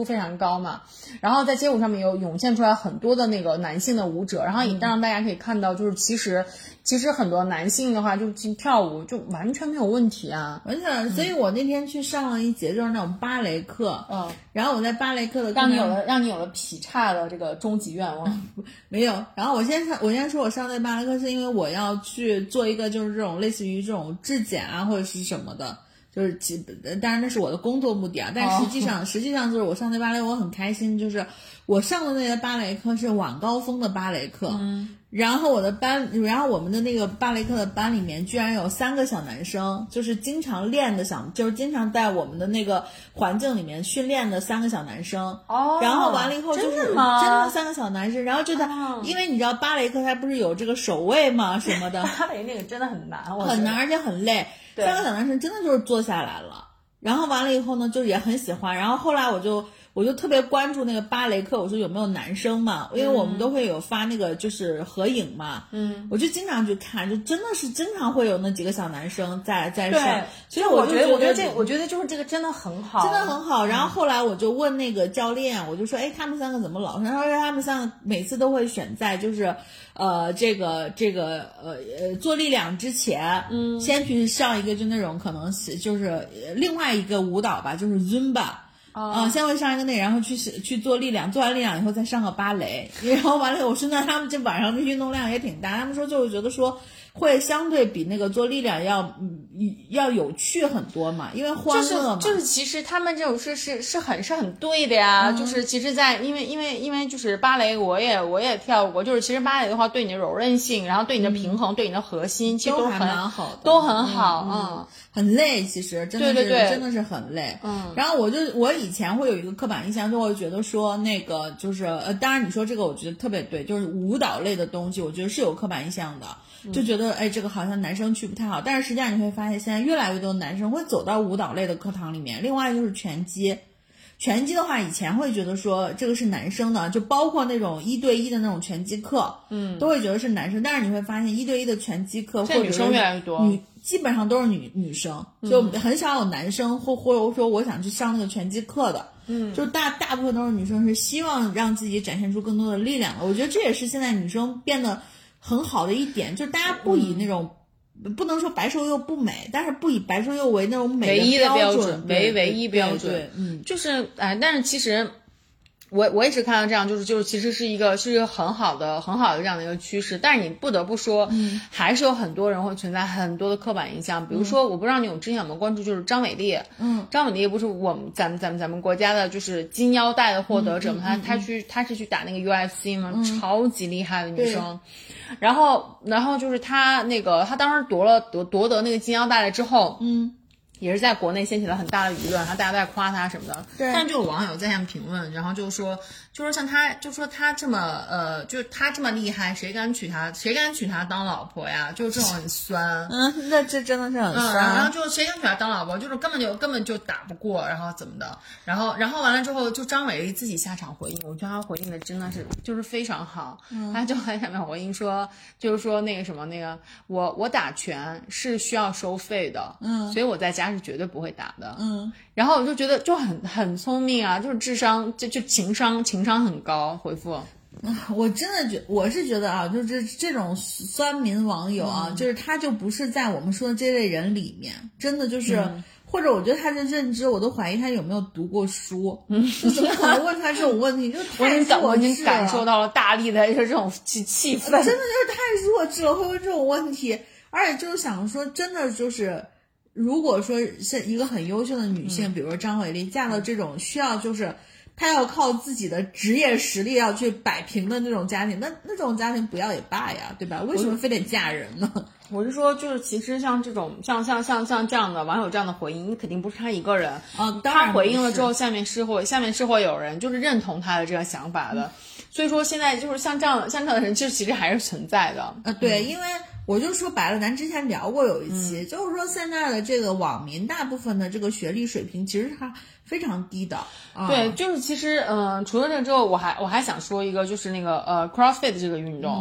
度非常高嘛，然后在街舞上面有涌现出来很多的那个男性的舞者，然后也让大家可以看到，就是其实其实很多男性的话，就跳舞就完全没有问题啊， 完全。所以我那天去上了一节就是那种芭蕾课，嗯，然后我在芭蕾课的课让你有了让你有了劈叉的这个终极愿望， 没有。然后我先上，我先说我上那芭蕾课是因为我要去做一个就是这种类似于这种质检啊或者是什么的。就是其当然那是我的工作目的啊，但实际上、oh. 实际上就是我上那芭蕾我很开心，就是我上的那个芭蕾课是晚高峰的芭蕾课，嗯，然后我的班，然后我们的那个芭蕾课的班里面居然有三个小男生，就是经常练的小，就是经常在我们的那个环境里面训练的三个小男生，哦，然后完了以后就是真的三个小男生，然后就在、oh. 因为你知道芭蕾课它不是有这个手位吗什么的， 芭蕾那个真的很难，我很难而且很累。三个小男生真的就是坐下来了，然后完了以后呢，就也很喜欢。然后后来我就我就特别关注那个芭蕾课，我说有没有男生嘛？因为我们都会有发那个就是合影嘛，嗯，我就经常去看，就真的是经常会有那几个小男生在在上。所以我觉得我觉得这我觉得就是这个真的很好， 真的很好。然后后来我就问那个教练，我就说，哎，他们三个怎么老？他说他们三个每次都会选在就是。呃，这个这个呃呃，做力量之前，嗯，先去上一个就那种可能是就是另外一个舞蹈吧，就是 Zumba， 啊、哦呃，先会上一个那，然后去去做力量，做完力量以后再上个芭蕾，然后完了，我说那他们这晚上的运动量也挺大，他们说就是觉得说。会相对比那个做力量要嗯要有趣很多嘛，因为欢乐嘛。 就是就是其实他们这种是是是很是很对的呀，嗯、就是其实在因为因为因为就是芭蕾我也我也跳过，就是其实芭蕾的话对你的柔韧性，然后对你的平衡，嗯、对你的核心，其实都很蛮好的， 都很好， 嗯，嗯很累，其实真的是对对对真的是很累。 嗯， 然后我就我以前会有一个刻板印象，就会觉得说那个就是呃，当然你说这个我觉得特别对，就是舞蹈类的东西，我觉得是有刻板印象的。就觉得哎，这个好像男生去不太好，但是实际上你会发现，现在越来越多的男生会走到舞蹈类的课堂里面。另外就是拳击，拳击的话，以前会觉得说这个是男生的，就包括那种一对一的那种拳击课，嗯，都会觉得是男生。但是你会发现，一对一的拳击课或者女生越来越多， 女基本上都是女女生，就很少有男生或或者说我想去上那个拳击课的。嗯，就大大部分都是女生，是希望让自己展现出更多的力量的。我觉得这也是现在女生变得。很好的一点就是大家不以那种、嗯、不能说白瘦幼不美，但是不以白瘦幼为那种美的标准，为唯一标准， 对，对嗯， 就是哎，但是其实我我一直看到这样，就是就是其实是一个是一个很好的很好的这样的一个趋势，但是你不得不说，嗯，还是有很多人会存在很多的刻板印象，比如说、嗯、我不知道你有之前有没有关注，就是张伟丽，嗯，张伟丽不是我们咱们咱们咱们国家的就是金腰带的获得者嘛，嗯嗯嗯、他他去他是去打那个 U F C 嘛、嗯，超级厉害的女生。然后，然后就是他那个，他当时夺了夺夺得那个金腰带了之后，嗯，也是在国内掀起了很大的舆论，然后大家都在夸他什么的。对。但就有网友在下面评论，然后就说，就说像他，就说他这么呃，就是他这么厉害，谁敢娶他？谁敢娶他当老婆呀？就是这种很酸。 嗯，那这真的是很酸。 嗯、然后就谁敢娶他当老婆？就是根本就根本就打不过，然后怎么的？然后然后完了之后，就张伟丽自己下场回应，我觉得他回应的真的是就是非常好。嗯、他就在下面回应说，就是说那个什么那个，我我打拳是需要收费的，嗯，所以我在家是绝对不会打的，嗯。然后我就觉得就很很聪明啊，就是智商就就情商情商很高。回复。 我真的觉我是觉得啊，就是这种酸民网友啊、嗯，就是他就不是在我们说的这类人里面，真的就是。嗯或者我觉得他的认知，我都怀疑他有没有读过书，嗯，怎么可能问出来这种问题？就太弱智了。 我已经感受到了大力的这种气气氛， 真的就是太弱智了，会问这种问题。而且就是想说，真的就是，如果说是一个很优秀的女性，嗯、比如说张伟丽，嫁到这种需要就是她要靠自己的职业实力要去摆平的那种家庭，那那种家庭不要也罢呀，对吧？为什么非得嫁人呢？ 我是说，就是其实像这种像像像像这样的网友这样的回应，你肯定不是他一个人啊。 他回应了之后，下面是会下面是会有人就是认同他的这个想法的。嗯、所以说现在就是像这样像这样的人，其实其实还是存在的。 呃，对，嗯、因为我就说白了，咱之前聊过有一期，嗯、就是说现在的这个网民大部分的这个学历水平其实他非常低的。啊、 对，就是其实嗯、呃，除了这个之后，我还我还想说一个，就是那个呃 CrossFit 这个运动。嗯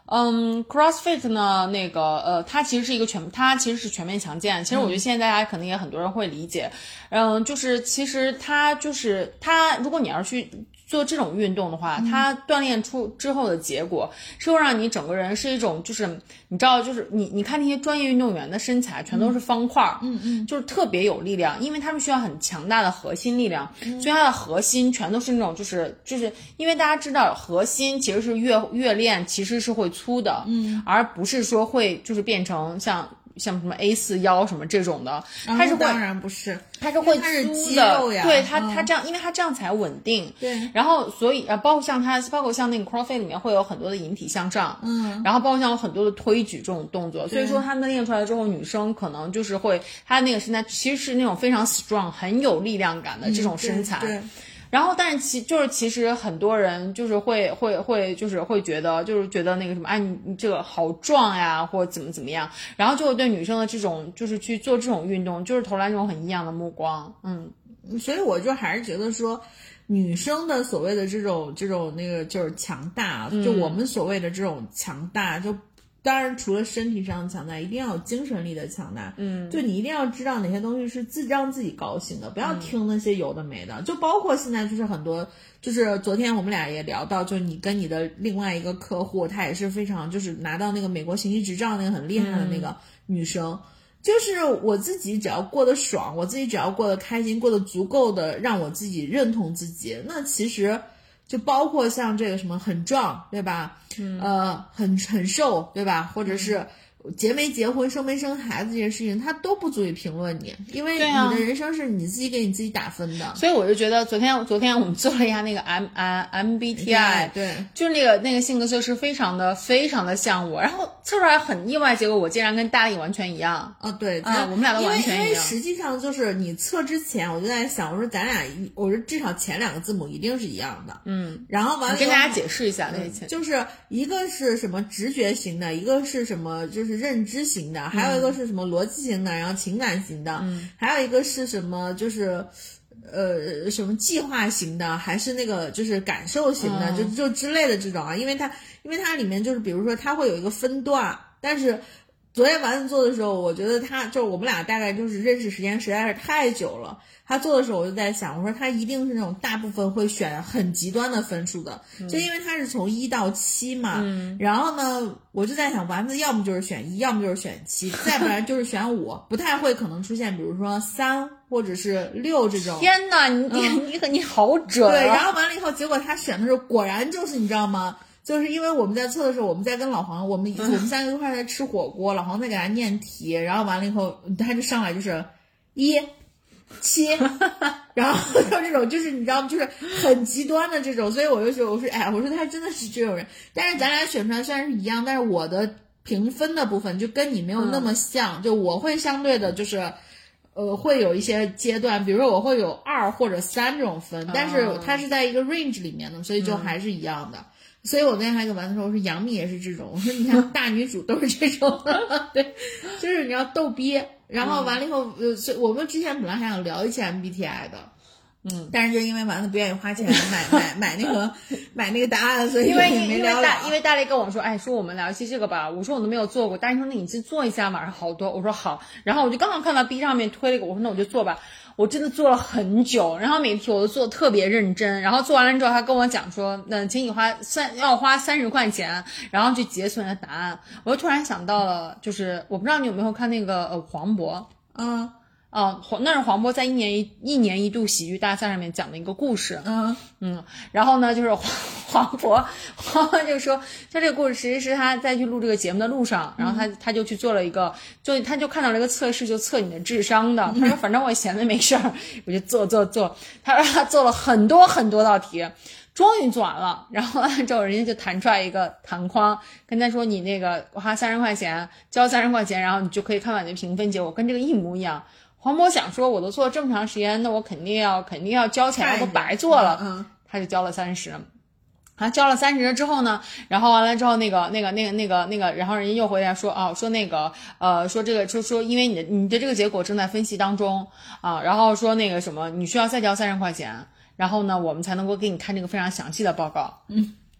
嗯 ，CrossFit 呢，那个呃，它其实是一个全，它其实是全面强健。其实我觉得现在大家可能也很多人会理解，嗯，就是其实它就是它，如果你要是去做这种运动的话，它锻炼出之后的结果是会让你整个人是一种，就是你知道，就是你你看那些专业运动员的身材全都是方块， 嗯嗯， 就是特别有力量，因为他们需要很强大的核心力量，所以它的核心全都是那种就是就是因为大家知道核心其实是越越练其实是会粗的，嗯，而不是说会就是变成像。像什么 A 四 腰什么这种的，它是会当然不是， 它是会它是粗肌肉呀， 的，对它嗯它这样，因为它这样才稳定。 对， 然后所以呃，包括像它，包括像那个 CrossFit 里面会有很多的引体向上， 嗯， 然后包括像有很多的推举这种动作，所以说他们练出来之后，女生可能就是会，她那个身材其实是那种非常 strong 很有力量感的这种身材。 嗯、对。对然后，但是其就是其实很多人就是会会会就是会觉得就是觉得那个什么，哎，你你这个好壮呀，或者怎么怎么样，然后就会对女生的这种就是去做这种运动，就是投来这种很异样的目光，嗯， 所以我就还是觉得说，女生的所谓的这种这种那个就是强大，就我们所谓的这种强大，就。当然，除了身体上的强大，一定要有精神力的强大。嗯，就你一定要知道哪些东西是自让自己高兴的，不要听那些有的没的。嗯、就包括现在就是很多，就是昨天我们俩也聊到，就是你跟你的另外一个客户，她也是非常就是拿到那个美国行医执照那个很厉害的那个女生。嗯，就是我自己只要过得爽，我自己只要过得开心，过得足够的让我自己认同自己，那其实。就包括像这个什么很壮，对吧？嗯，呃，很很瘦，对吧？或者是结没结婚、生没生孩子这些事情，它都不足以评论你，因为你的人生是你自己给你自己打分的。啊、 所以我就觉得昨天昨天我们做了一下那个 M M M B T I， 对， 就是那个那个性格测试非常的非常的像我，然后测出来很意外，结果我竟然跟大力完全一样。 哦，对， 啊、嗯，我们俩都完全一样。 因为因为实际上就是你测之前，我就在想，我说咱俩，我说至少前两个字母一定是一样的。嗯，然后完了， 你跟大家解释一下那个前、 嗯，就是一个是什么直觉型的，一个是什么就是认知型的。还有一个是什么逻辑型的，然后情感型的，嗯，还有一个是什么就是呃什么计划型的，还是那个就是感受型的，嗯、就就之类的这种啊，因为它因为它里面就是比如说它会有一个分段，但是昨天丸子做的时候，我觉得他就我们俩大概就是认识时间实在是太久了。他做的时候，我就在想，我说他一定是那种大部分会选很极端的分数的，嗯、就因为他是从一到七嘛。嗯、然后呢，我就在想，丸子要么就是选一，要么就是选七，再不然就是选五，不太会可能出现，比如说三或者是六这种。 天哪，你你、嗯、你你好准、啊！ 对，然后完了以后，结果他选的时候，果然就是你知道吗？就是因为我们在测的时候，我们在跟老黄，我们我们三个一块在吃火锅，老黄在给他念题，然后完了以后，他就上来就是一。七，然后像这种就是你知道吗？就是很极端的这种，所以我就说，我说哎，我说他真的是这种人。但是咱俩选出来虽然是一样，但是我的评分的部分就跟你没有那么像，嗯、就我会相对的就是，呃，会有一些阶段，比如说我会有二或者三这种分，但是它是在一个 range 里面的，所以就还是一样的。嗯所以我那天还跟丸子说，我说杨幂也是这种，我说你看大女主都是这种，对，就是你要逗逼。然后完了以后，呃，所以我们之前本来还想聊一期 M B T I 的，嗯，但是就因为丸子不愿意花钱买买买那个买那个答案，所以因为没聊了。 因为大因为大力跟我说，哎，说我们聊一期这个吧，我说我都没有做过，大力说那你去做一下嘛，好多，我说好，然后我就刚好看到 B 上面推了一个，我说那我就做吧。我真的做了很久，然后每次我都做的特别认真，然后做完了之后，他跟我讲说，那请你花三要花三十块钱，然后去结存的答案。我就突然想到了，就是我不知道你有没有看那个呃黄渤， 嗯。 哦，那是黄渤在一年一一年一度喜剧大赛上面讲的一个故事， 嗯嗯，然后呢，就是黄黄渤，黄渤就说，他这个故事其实是他在去录这个节目的路上，然后他他就去做了一个，就他就看到了一个测试，就测你的智商的。他说，反正我闲着没事儿，我就做做做。他说他做了很多很多道题。终于做完了，然后之后人家就弹出来一个弹框，跟他说你那个花三十块钱，交三十块钱，然后你就可以看到你的评分结果，跟这个一模一样。黄渤想说，我都做了这么长时间，那我肯定要肯定要交钱，我都白做了， 嗯， 他就交了三十。他交了三十之后呢，然后完了之后，那个那个那个那个那个，然后人家又回来说啊，说那个呃，说这个说说，因为你的你的这个结果正在分析当中啊，然后说那个什么，你需要再交三十块钱。然后呢，我们才能够给你看这个非常详细的报告。 嗯，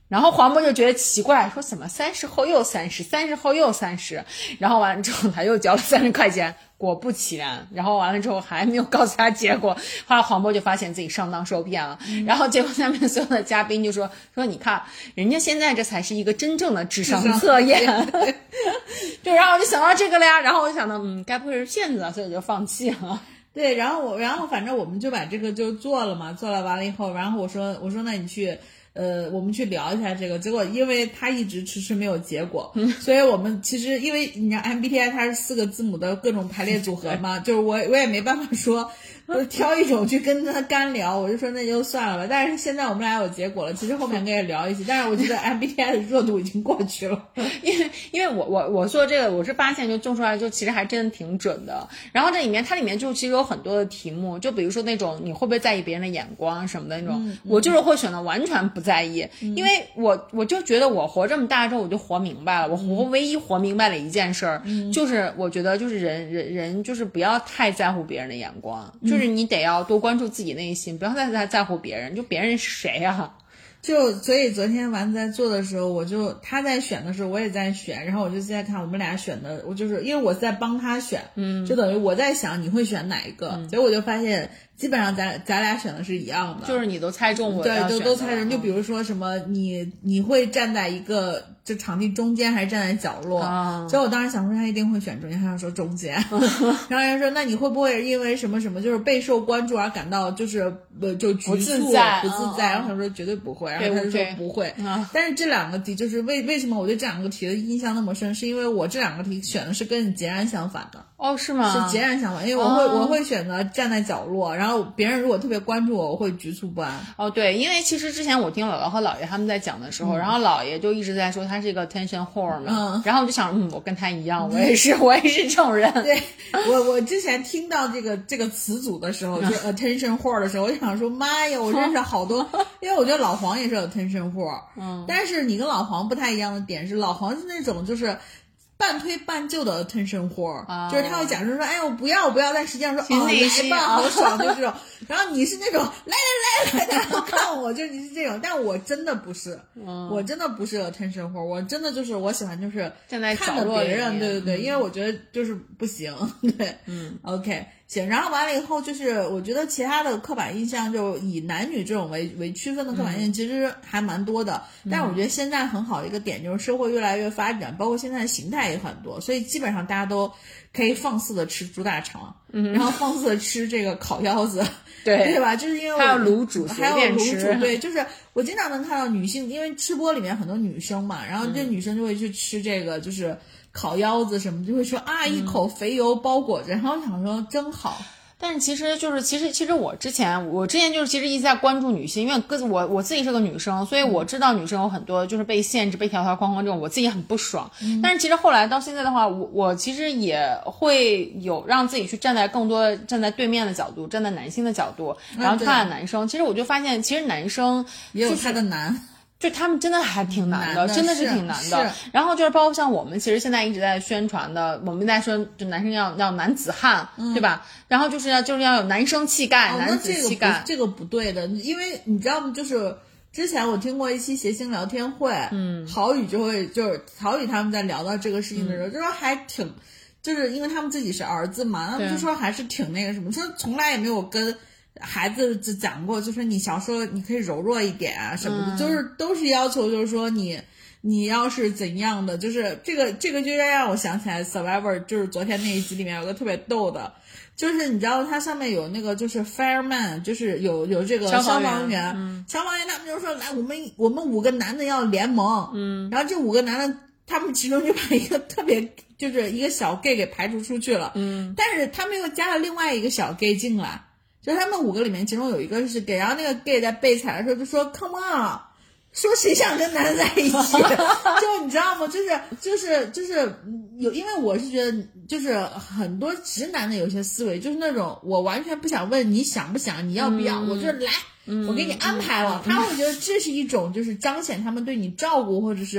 然后黄渤就觉得奇怪，说怎么三十后又三十，三十后又三十，然后完了之后他又交了三十块钱，果不其然，然后完了之后还没有告诉他结果，后来黄渤就发现自己上当受骗了，嗯、然后结果下面所有的嘉宾就说说你看人家现在这才是一个真正的智商测验，就然后我就想到这个了呀，然后我就想到嗯，该不会是骗子啊，所以我就放弃了。 对，然后我然后反正我们就把这个就做了嘛，做了完了以后，然后我说我说那你去。呃，我们去聊一下这个，结果因为他一直迟迟没有结果，嗯、所以我们其实因为你知道 M B T I 它是四个字母的各种排列组合嘛，就是我我也没办法说挑一种去跟他干聊，我就说那就算了吧。但是现在我们俩有结果了，其实后面可以聊一起，但是我觉得 M B T I 的热度已经过去了， 因为因为我我我做这个，我是发现就种出来就其实还真的挺准的。然后这里面它里面就其实有很多的题目，就比如说那种你会不会在意别人的眼光什么的那种，嗯、我就是会选择完全不在意，嗯、因为我我就觉得我活这么大之后我就活明白了，我活唯一活明白了一件事儿，嗯、就是我觉得就是人人人就是不要太在乎别人的眼光，嗯、就是你得要多关注自己内心，不要再在在乎别人，就别人是谁啊？ 就所以昨天丸子在做的时候，我就他在选的时候我也在选，然后我就在看我们俩选的，我就是因为我在帮他选，嗯，就等于我在想你会选哪一个，嗯、结果我就发现基本上咱咱俩选的是一样的， 就是你都猜中我对，都都猜中。就比如说什么你你会站在一个就场地中间还是站在角落，啊、所以我当时想说他一定会选中间，他要说中间，然后人说那你会不会因为什么什么就是备受关注而感到就是呃就局促不自在， 不自在，然后他说绝对不会。然后他就说不会，啊、但是这两个题就是为为什么我对这两个题的印象那么深，是因为我这两个题选的是跟你截然相反的。 哦，是吗？ 是截然相反，因为我会、哦、我会选择站在角落，然后别人如果特别关注我，我会局促不安。 哦，对，因为其实之前我听姥姥和姥爷他们在讲的时候，嗯、然后姥爷就一直在说他是一个 attention whore 嘛，嗯、然后我就想，嗯，我跟他一样，我也是，我也是这种人。 对，我我之前听到这个这个词组的时候，就 attention whore 的时候，我就想说，妈呀，我认识好多，因为我觉得老黄也是 attention whore，嗯，但是你跟老黄不太一样的点是，老黄是那种就是。半推半就的 attention whore，、oh. 就是他会假装说，哎呀，我不要，我不要，但实际上说，哦，来吧，好爽，就这种。然后你是那种来来来来，然后看我，就你是这种，但我真的不是，嗯、我真的不是 attention whore，我真的就是我喜欢就是站在看着别人，对对对，嗯、因为我觉得就是不行，对， 嗯 ，OK。行，然后完了以后，就是我觉得其他的刻板印象，就以男女这种为为区分的刻板印象，其实还蛮多的。嗯、但是我觉得现在很好的一个点就是社会越来越发展，包括现在的形态也很多，所以基本上大家都可以放肆的吃猪大肠，嗯、然后放肆的吃这个烤腰子， 对对吧？就是因为还有卤煮， 还有卤煮，对，就是我经常能看到女性，因为吃播里面很多女生嘛，然后这女生就会去吃这个，就是。烤腰子什么就会说啊，一口肥油包裹着，然后想说真好。 但是其实就是其实其实我之前我之前就是其实一直在关注女性，因为个我我自己是个女生，所以我知道女生有很多就是被限制被条条框框这种，我自己很不爽。嗯、但是其实后来到现在的话，我我其实也会有让自己去站在更多站在对面的角度，站在男性的角度，然后看男生。嗯、其实我就发现，其实男生、就是、 也有他的难。 就他们真的还挺难的， 难的真的是挺难的。然后就是包括像我们其实现在一直在宣传的，我们在说就男生要要男子汉，嗯、对吧？然后就是要就是要有男生气概， 哦、 男子气概。 这个不对的，因为你知道吗？就是之前我听过一期谐星聊天会，嗯，郝宇就会就是郝宇他们在聊到这个事情的时候，嗯、就说还挺，就是因为他们自己是儿子嘛，他们就说还是挺那个什么，说从来也没有跟。孩子只讲过，就说你小时候你可以柔弱一点啊什么的，嗯、就是都是要求，就是说你你要是怎样的，就是这个这个就让我想起来 Survivor， 就是昨天那一集里面有个特别逗的，就是你知道它上面有那个就是 fireman， 就是有有这个消防员，消防员，嗯、消防员他们就说来我们我们五个男的要联盟，嗯，然后这五个男的他们其中就把一个特别就是一个小 gay 给排除出去了，嗯，但是他们又加了另外一个小 gay 进来。就他们五个里面，其中有一个是 gay， 然后那个 gay 在备采的时候就说 "Come on"， 说谁想跟男的在一起？就你知道吗？就是就是就是有，因为我是觉得，就是很多直男的有些思维，就是那种我完全不想问你想不想，你要不要，嗯、我就来，嗯、我给你安排了。嗯、他会觉得这是一种就是彰显他们对你照顾或者是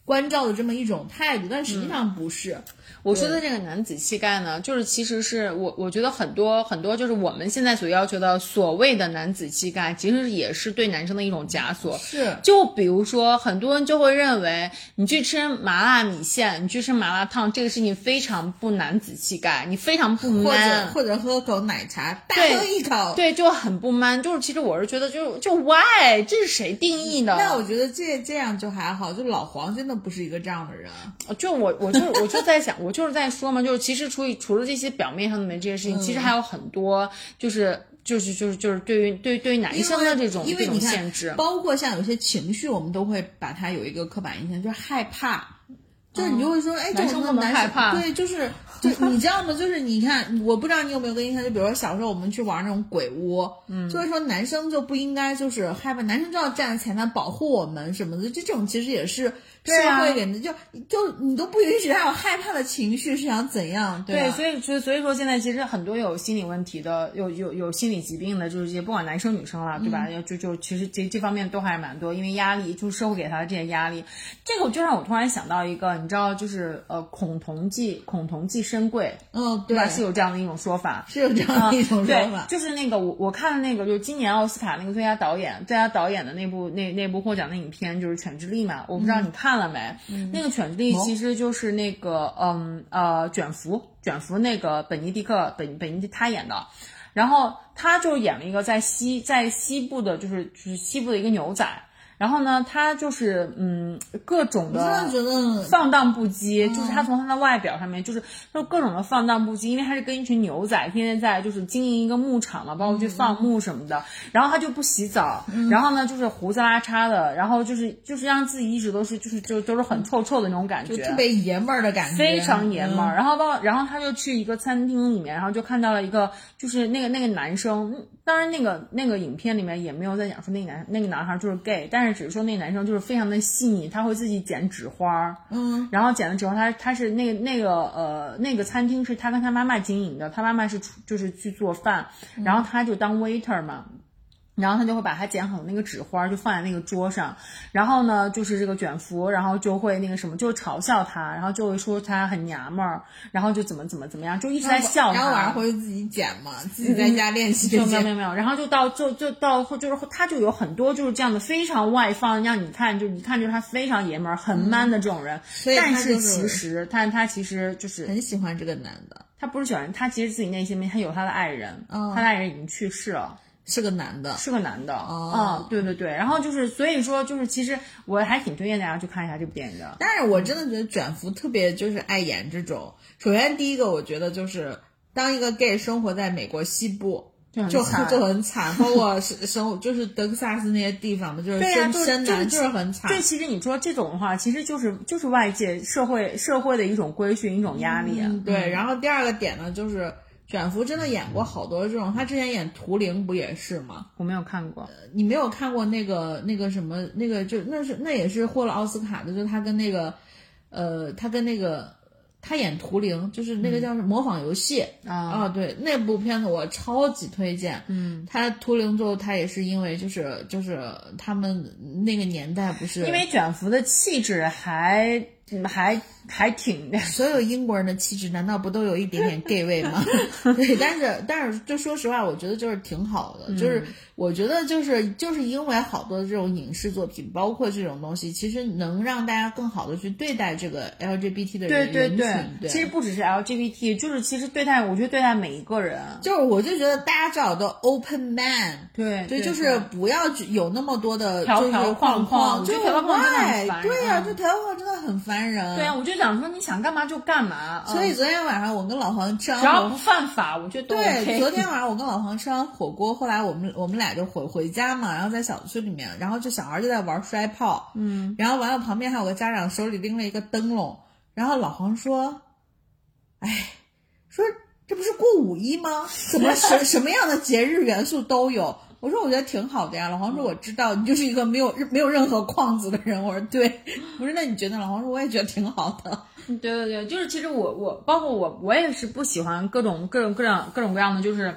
关照的这么一种态度，但实际上不是。嗯， 我说的这个男子气概呢，就是其实是我我觉得很多很多就是我们现在所要求的所谓的男子气概，其实也是对男生的一种枷锁。 是， 就比如说很多人就会认为你去吃麻辣米线，你去吃麻辣烫，这个事情非常不男子气概，你非常不 man， 或者或者喝口奶茶，大喝一口， 对，就很不 man。就是其实我是觉得就就 why 这是谁定义的？ 那我觉得这这样就还好，就老黄真的不是一个这样的人。 就我我就我就在想。我就是在说嘛，就是其实除除了这些表面上的这些事情，嗯，其实还有很多，就是就是就是就是对于对于对于男生的这种因为因为这种限制， 包括像有些情绪，我们都会把它有一个刻板印象，就是害怕，就是你就会说，嗯，哎， 男生不能害怕， 对，就是就你知道吗？就是你看，我不知道你有没有个印象，就比如说小时候我们去玩那种鬼屋，嗯，就是说男生就不应该就是害怕，男生就要站在前台保护我们什么的，这种其实也是。社会给的，就就你都不允许他有害怕的情绪，是想怎样？对， 对，所以所以所以说现在其实很多有心理问题的，有有有心理疾病的，就是也不管男生女生了，对吧？嗯，就就其实这这方面都还是蛮多，因为压力，就是社会给他的这些压力。这个就让我突然想到一个，你知道，就是呃，孔同济，孔同济深贵， 嗯， 对吧？是有这样的一种说法， 是有这样的一种说法。 嗯，对，就是那个我我看的那个，就是今年奥斯卡那个最佳导演，最佳导演的那部那那部获奖的影片就是《犬之力》嘛，我不知道你看了没？嗯，那个犬之力其实就是那个嗯呃卷福卷福那个本尼迪克本本尼迪他演的，然后他就演了一个在西在西部的就是就是西部的一个牛仔。然后呢，他就是嗯各种的放荡不羁， 嗯， 就是他从他的外表上面就是就各种的放荡不羁，因为他是跟一群牛仔天天在就是经营一个牧场嘛，包括去放牧什么的，嗯，然后他就不洗澡，嗯，然后呢就是胡子拉碴的，然后就是就是让自己一直都是就是就都是很臭臭的那种感觉， 就特别爷们儿的感觉， 非常爷们儿， 嗯， 然后到然后他就去一个餐厅里面，然后就看到了一个就是那个那个男生，当然那个那个影片里面也没有在讲说那个男那个男孩就是 gay， 但是只是说那个男生就是非常的细腻，他会自己剪纸花， 嗯， 然后剪了之后，他他是那个那个呃那个餐厅是他跟他妈妈经营的，他妈妈是就是去做饭，然后他就当 waiter 嘛。然后他就会把他剪好的那个纸花就放在那个桌上，然后呢就是这个卷福，然后就会那个什么就嘲笑他，然后就会说他很娘们儿，然后就怎么怎么怎么样，就一直在笑他。 然后晚上回去自己剪嘛，自己在家练习。 就没有没有没有，然后就到就就到就是他就有很多就是这样的非常外放，让你看就一看就是他非常爷们儿很 man 的这种人，嗯， 所以但是其实但他其实就是很喜欢这个男的。 他不是喜欢他，其实自己内心里面他有他的爱人， 嗯， 他的爱人已经去世了。 是个男的， 是个男的， 哦， 嗯，对对对，然后就是，所以说就是，其实我还挺推荐大家去看一下这部电影的。 但是我真的觉得卷福特别就是爱演这种。首先第一个，我觉得就是当一个 gay 生活在美国西部，就就很就很惨，包括生就是德克萨斯那些地方的，就是深深南就是很惨。 对，其实你说这种的话，其实就是就是外界社会社会的一种规训，一种压力。 嗯，对。然后第二个点呢，就是。卷福真的演过好多这种，他之前演图灵不也是吗？ 我没有看过。 你没有看过那个那个什么那个就那是那也是获了奥斯卡的，就是他跟那个呃他跟那个他演图灵，就是那个叫什么模仿游戏啊、 嗯、 哦，对，那部片子我超级推荐。 嗯， 他图灵之后，他也是因为就是就是他们那个年代不是因为卷福的气质还还还挺所有英国人的气质难道不都有一点点 gay 味吗？对，但是但是就说实话，我觉得就是挺好的，嗯、就是我觉得就是就是因为好多这种影视作品，包括这种东西，其实能让大家更好的去对待这个 L G B T 的人对对对人群。对， 其实不只是 L G B T， 就是其实对待，我觉得对待每一个人， 就是我就觉得大家最好都 open man， 对对，就是不要有那么多的条条框框， 就条条框真的很烦人。 对呀、啊，就条条框真的很烦人。 对呀、啊，我就想说你想干嘛就干嘛。 所以昨天晚上我跟老黄吃完， 只要不犯法，我觉得都 OK。 对，昨天晚上我跟老黄吃完火锅，后来我们我们俩就回回家嘛，然后在小区里面，然后这小孩就在玩摔炮， 嗯， 然后完了旁边还有个家长手里拎了一个灯笼，然后老黄说，哎，说这不是过五一吗？怎么什什么样的节日元素都有？我说我觉得挺好的呀。老黄说我知道你就是一个没有没有任何框子的人。我说对。我说那你觉得？老黄说我也觉得挺好的。 对对对，就是其实我我包括我我也是不喜欢各种各种各样各种各样的就是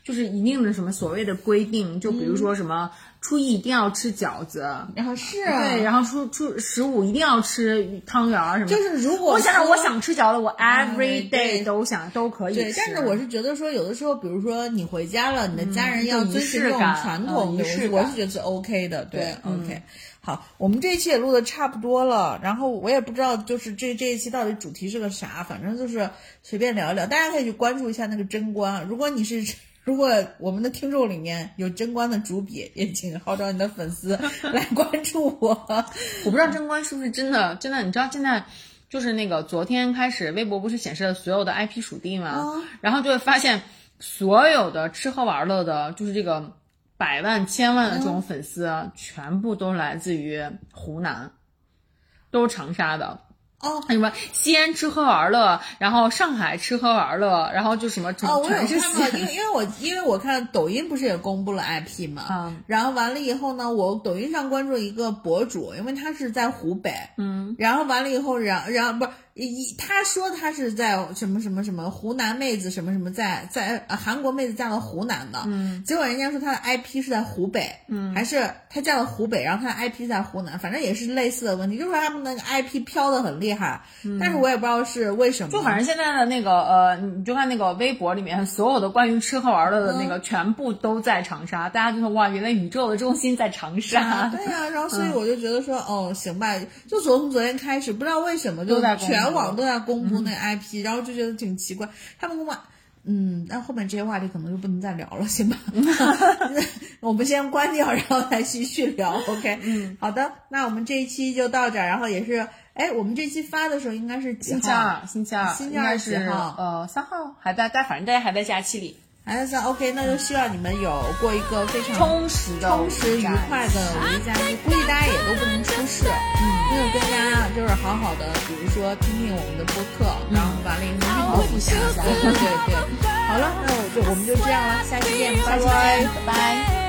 就是一定的什么所谓的规定，就比如说什么初一一定要吃饺子， 然后是啊， 对，然后初初十五一定要吃汤圆什么， 就是如果我想想我想吃饺子，我 every day 都想都可以吃。 对，但是我是觉得说有的时候，比如说你回家了，你的家人要遵循这种传统， 仪式感，我是觉得是 OK 的，对 ，OK。好，我们这一期也录的差不多了，然后我也不知道就是这这一期到底主题是个啥，反正就是随便聊一聊，大家可以去关注一下那个贞观。如果你是如果我们的听众里面有贞观的主笔，也请号召你的粉丝来关注我。 我不知道贞观是不是真的，真的，你知道现在就是那个昨天开始，微博不是显示了所有的 I P 属地吗？ 哦、 然后就会发现所有的吃喝玩乐的，就是这个。百万千万的这种粉丝、嗯、全部都来自于湖南，都是长沙的哦。 什么西安吃喝玩乐，然后上海吃喝玩乐，然后就什么哦，我有全是看到，因为因为我因为我看抖音不是也公布了 I P 嘛， 嗯， 然后完了以后呢，我抖音上关注一个博主，因为他是在湖北， 嗯， 然后完了以后，然然后不是。一他说他是在什么什么什么湖南妹子什么什么在在、呃、韩国妹子嫁到湖南的， 嗯， 结果人家说他的 I P 是在湖北， 嗯， 还是他嫁到湖北，然后他的 I P 在湖南，反正也是类似的问题，就是说他们那个 I P 飘得很厉害，嗯，但是我也不知道是为什么。 就反正现在的那个呃，你就看那个微博里面所有的关于吃喝玩乐的那个、嗯、全部都在长沙，大家就说哇，原来宇宙的中心在长沙。 啊对呀、啊，然后所以我就觉得说、嗯、哦，行吧，就从昨天开始，不知道为什么就全网都在公布那个 I P，、嗯、然后就觉得挺奇怪，他们公布。嗯，那后面这些话题可能就不能再聊了，行吧？我们先关掉，然后再继续聊。OK， 嗯， 好的，那我们这一期就到这儿，然后也是，哎，我们这期发的时候应该是几号？ 星期二，星期二， 星期二几号？ 呃，三号，还在，但反正大家还在假期里。 还在 OK， 那就希望你们有过一个非常充实的、 充实愉快的五一假期。估计大家也都不能出事，嗯，那就跟大家就是好好的，比如说听听我们的播客，嗯、然后完了以后好好复习一下。对对，好了，那我就我们就这样了，下期见，拜拜， 拜拜。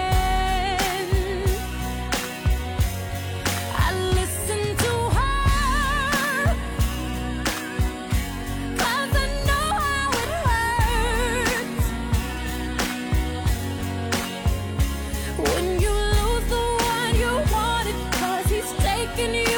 When you lose the one you wanted, 'cause he's taking you